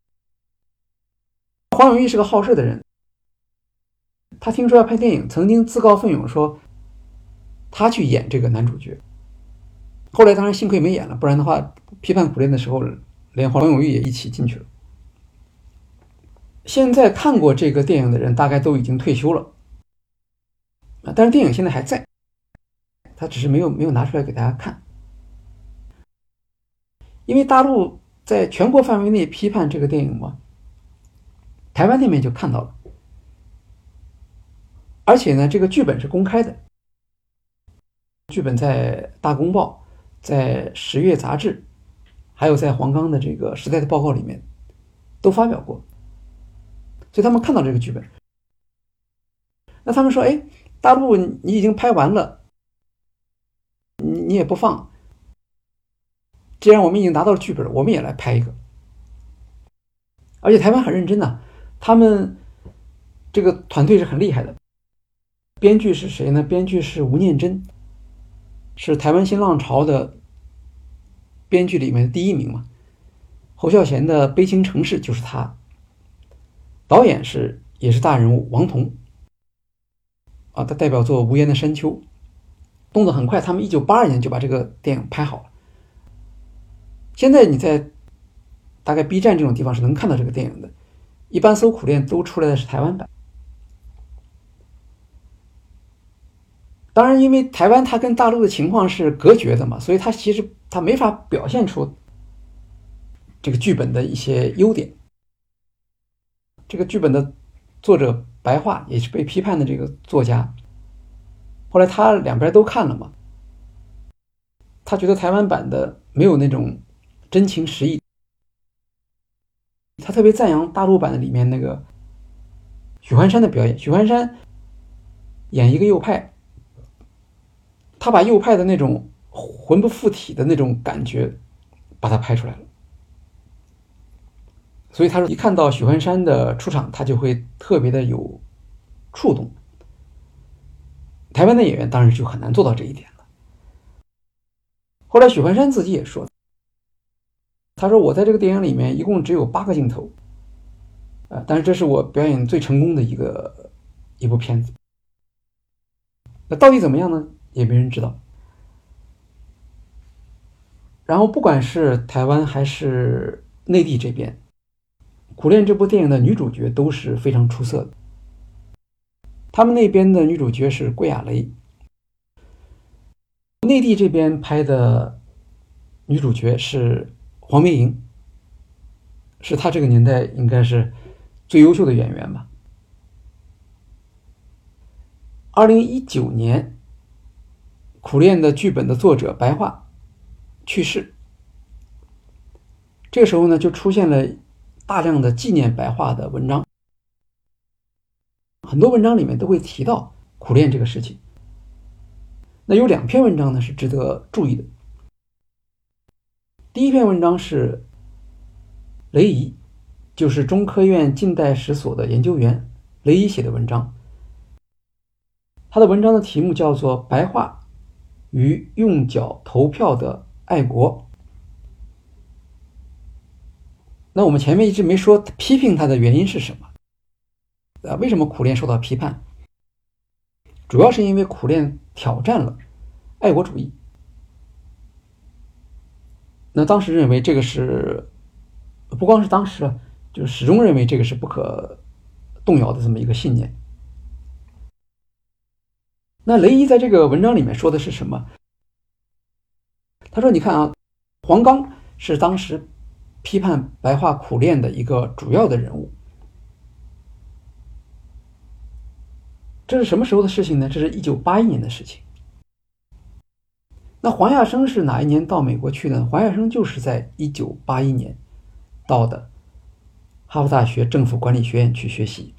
黄永玉是个好事的人，他听说要拍电影，曾经自告奋勇说他去演这个男主角。后来当然幸亏没演了，不然的话批判苦练的时候连黄永玉也一起进去了。现在看过这个电影的人大概都已经退休了，但是电影现在还在，他只是没有拿出来给大家看。因为大陆在全国范围内批判这个电影嘛，台湾那边就看到了，而且呢这个剧本是公开的，剧本在大公报，在十月杂志，还有在黄冈的这个时代的报告里面都发表过，所以他们看到这个剧本。那他们说，大陆你已经拍完了，你也不放，既然我们已经拿到了剧本，我们也来拍一个。而且台湾很认真的，他们这个团队是很厉害的。编剧是谁呢？编剧是吴念真，是台湾新浪潮的编剧里面的第1名嘛。侯孝贤的《悲情城市》就是他。导演也是大人物王童他代表作《无言的山丘》。动作很快，他们1982年就把这个电影拍好了。现在你在大概 B 站这种地方是能看到这个电影的，一般搜苦练都出来的是台湾版。当然因为台湾它跟大陆的情况是隔绝的嘛，所以它其实它没法表现出这个剧本的一些优点。这个剧本的作者白桦也是被批判的这个作家，后来他两边都看了嘛，他觉得台湾版的没有那种真情实意，他特别赞扬大陆版的里面那个许幻山的表演。许幻山演一个右派，他把右派的那种魂不附体的那种感觉把它拍出来了。所以他说一看到许幻山的出场，他就会特别的有触动。台湾的演员当然就很难做到这一点了。后来许幻山自己也说，他说我在这个电影里面一共只有8个镜头， 但是这是我表演最成功的一部片子。那到底怎么样呢？也没人知道。然后不管是台湾还是内地这边，苦恋这部电影的女主角都是非常出色的。他们那边的女主角是桂雅雷，内地这边拍的女主角是黄梅莹，是她这个年代应该是最优秀的演员吧。2019年，苦恋的剧本的作者白桦去世，这个时候呢，就出现了大量的纪念白桦的文章，很多文章里面都会提到苦恋这个事情。那有2篇文章呢是值得注意的。第一篇文章是雷怡，就是中科院近代史所的研究员雷怡写的文章。他的文章的题目叫做《白桦与用脚投票的爱国》。那我们前面一直没说批评他的原因是什么？为什么苦恋受到批判？主要是因为苦恋挑战了爱国主义。那当时认为这个是，不光是当时了，就始终认为这个是不可动摇的这么一个信念。那雷怡在这个文章里面说的是什么？他说你看啊，黄冈是当时批判白桦苦恋的一个主要的人物。这是什么时候的事情呢？这是1981年的事情。那黄亚生是哪一年到美国去的呢？黄亚生就是在1981年到的哈佛大学政府管理学院去学习。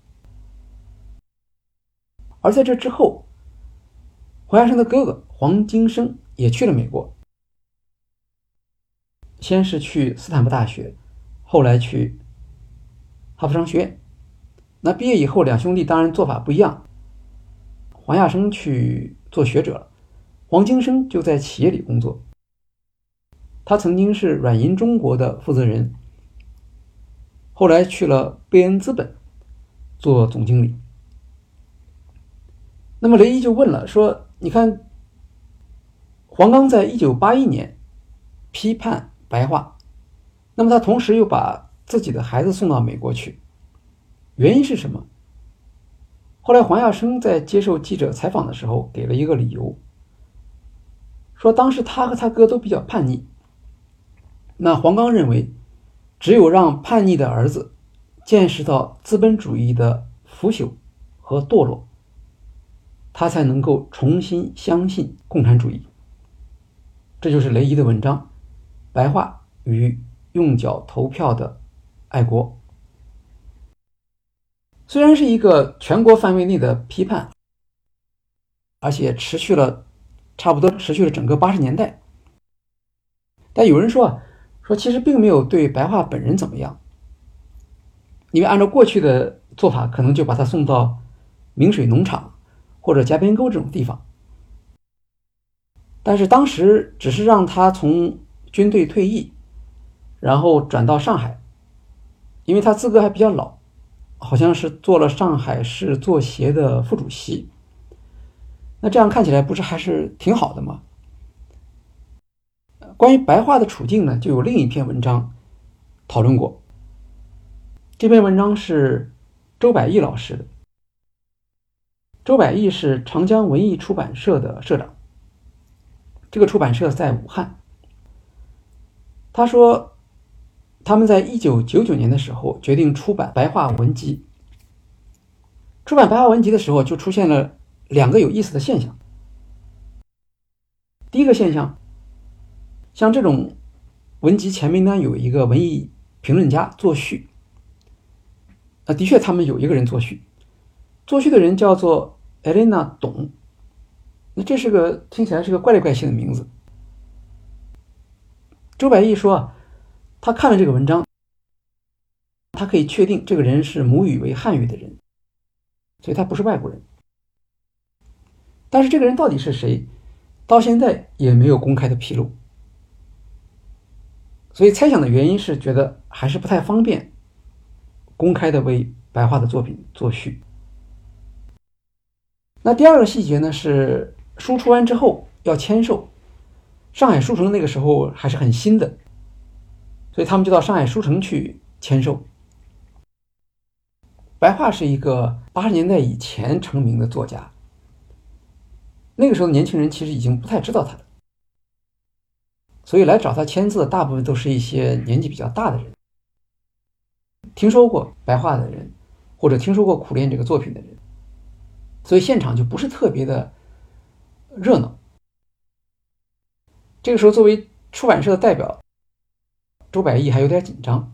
而在这之后，黄亚生的哥哥黄京生也去了美国，先是去斯坦福大学，后来去哈佛商学院。那毕业以后，两兄弟当然做法不一样，黄亚生去做学者了，黄京生就在企业里工作。他曾经是软银中国的负责人，后来去了贝恩资本做总经理。那么雷伊就问了，说你看黄冈在1981年批判白桦，那么他同时又把自己的孩子送到美国去，原因是什么？后来黄亚生在接受记者采访的时候给了一个理由，说当时他和他哥都比较叛逆。那黄冈认为，只有让叛逆的儿子见识到资本主义的腐朽和堕落，他才能够重新相信共产主义。这就是雷怡的文章《白桦与用脚投票的爱国》。虽然是一个全国范围内的批判，而且差不多持续了整个80年代，但有人说其实并没有对白桦本人怎么样，因为按照过去的做法，可能就把他送到明水农场或者夹边沟这种地方，但是当时只是让他从军队退役，然后转到上海，因为他资格还比较老，好像是做了上海市作协的副主席。那这样看起来不是还是挺好的吗？关于白桦的处境呢，就有另一篇文章讨论过。这篇文章是周百亿老师的。周百亿是长江文艺出版社的社长，这个出版社在武汉。他说他们在1999年的时候决定出版白桦文集。出版白桦文集的时候就出现了2个有意思的现象。第一个现象，像这种文集前面呢有一个文艺评论家作序，的确他们有一个人作序，作序的人叫做 Elena 董，那这是个听起来是个怪里怪气的名字。周百亿说他看了这个文章，他可以确定这个人是母语为汉语的人，所以他不是外国人。但是这个人到底是谁，到现在也没有公开的披露。所以猜想的原因是觉得还是不太方便公开的为白桦的作品作序。那第二个细节呢，是书出完之后要签售，上海书城那个时候还是很新的，所以他们就到上海书城去签售。白桦是一个80年代以前成名的作家，那个时候的年轻人其实已经不太知道他了，所以来找他签字的大部分都是一些年纪比较大的人，听说过白桦的人，或者听说过《苦练》这个作品的人，所以现场就不是特别的热闹。这个时候作为出版社的代表，周百亿还有点紧张。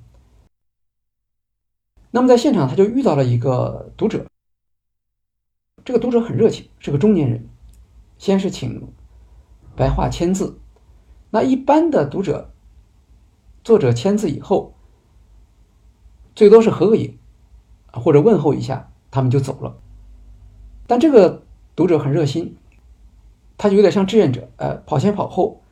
那么在现场他就遇到了一个读者，这个读者很热情，是个中年人，先是请白桦签字。那一般的读者，作者签字以后最多是合个影或者问候一下，他们就走了。但这个读者很热心，他就有点像志愿者，跑前跑后，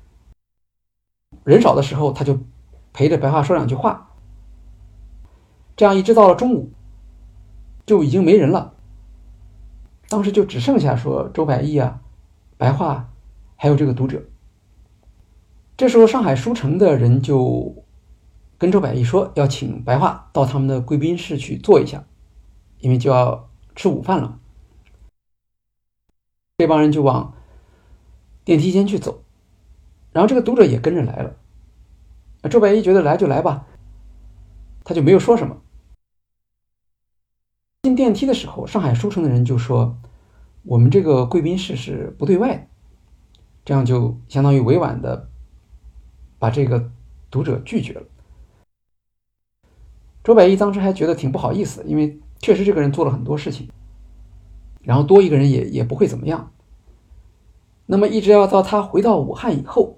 人少的时候他就陪着白桦说两句话。这样一直到了中午就已经没人了，当时就只剩下说周百亿啊、白桦还有这个读者。这时候上海书城的人就跟周百亿说要请白桦到他们的贵宾室去坐一下，因为就要吃午饭了。这帮人就往电梯间去走，然后这个读者也跟着来了。周百亿觉得来就来吧，他就没有说什么。进电梯的时候，上海书城的人就说我们这个贵宾室是不对外的，这样就相当于委婉的把这个读者拒绝了。周百亿当时还觉得挺不好意思，因为确实这个人做了很多事情，然后多一个人也不会怎么样。那么一直要到他回到武汉以后，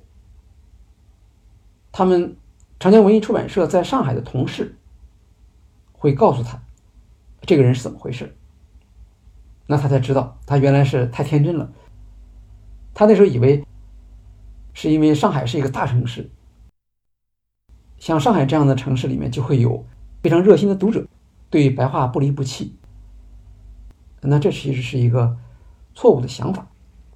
他们长江文艺出版社在上海的同事会告诉他这个人是怎么回事，那他才知道他原来是太天真了。他那时候以为是因为上海是一个大城市，像上海这样的城市里面就会有非常热心的读者，对白桦不离不弃。那这其实是一个错误的想法。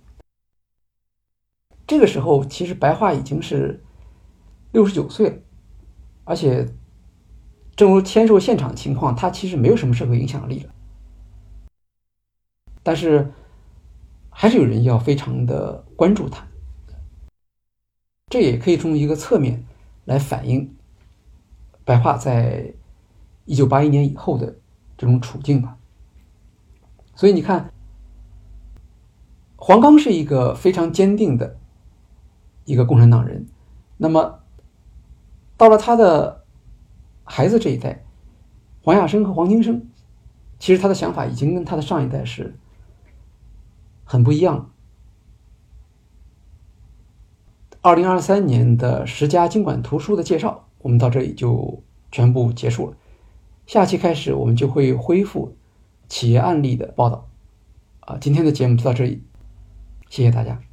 这个时候其实白桦已经是69岁了，而且正如签售现场情况，他其实没有什么社会影响力了，但是还是有人要非常的关注他。这也可以从一个侧面来反映白桦在1981年以后的这种处境吧。所以你看，黄冈是一个非常坚定的一个共产党人，那么到了他的孩子这一代，黄亚生和黄京生，其实他的想法已经跟他的上一代是很不一样了。2023年的10家经管图书的介绍，我们到这里就全部结束了。下期开始我们就会恢复企业案例的报道。今天的节目就到这里，谢谢大家。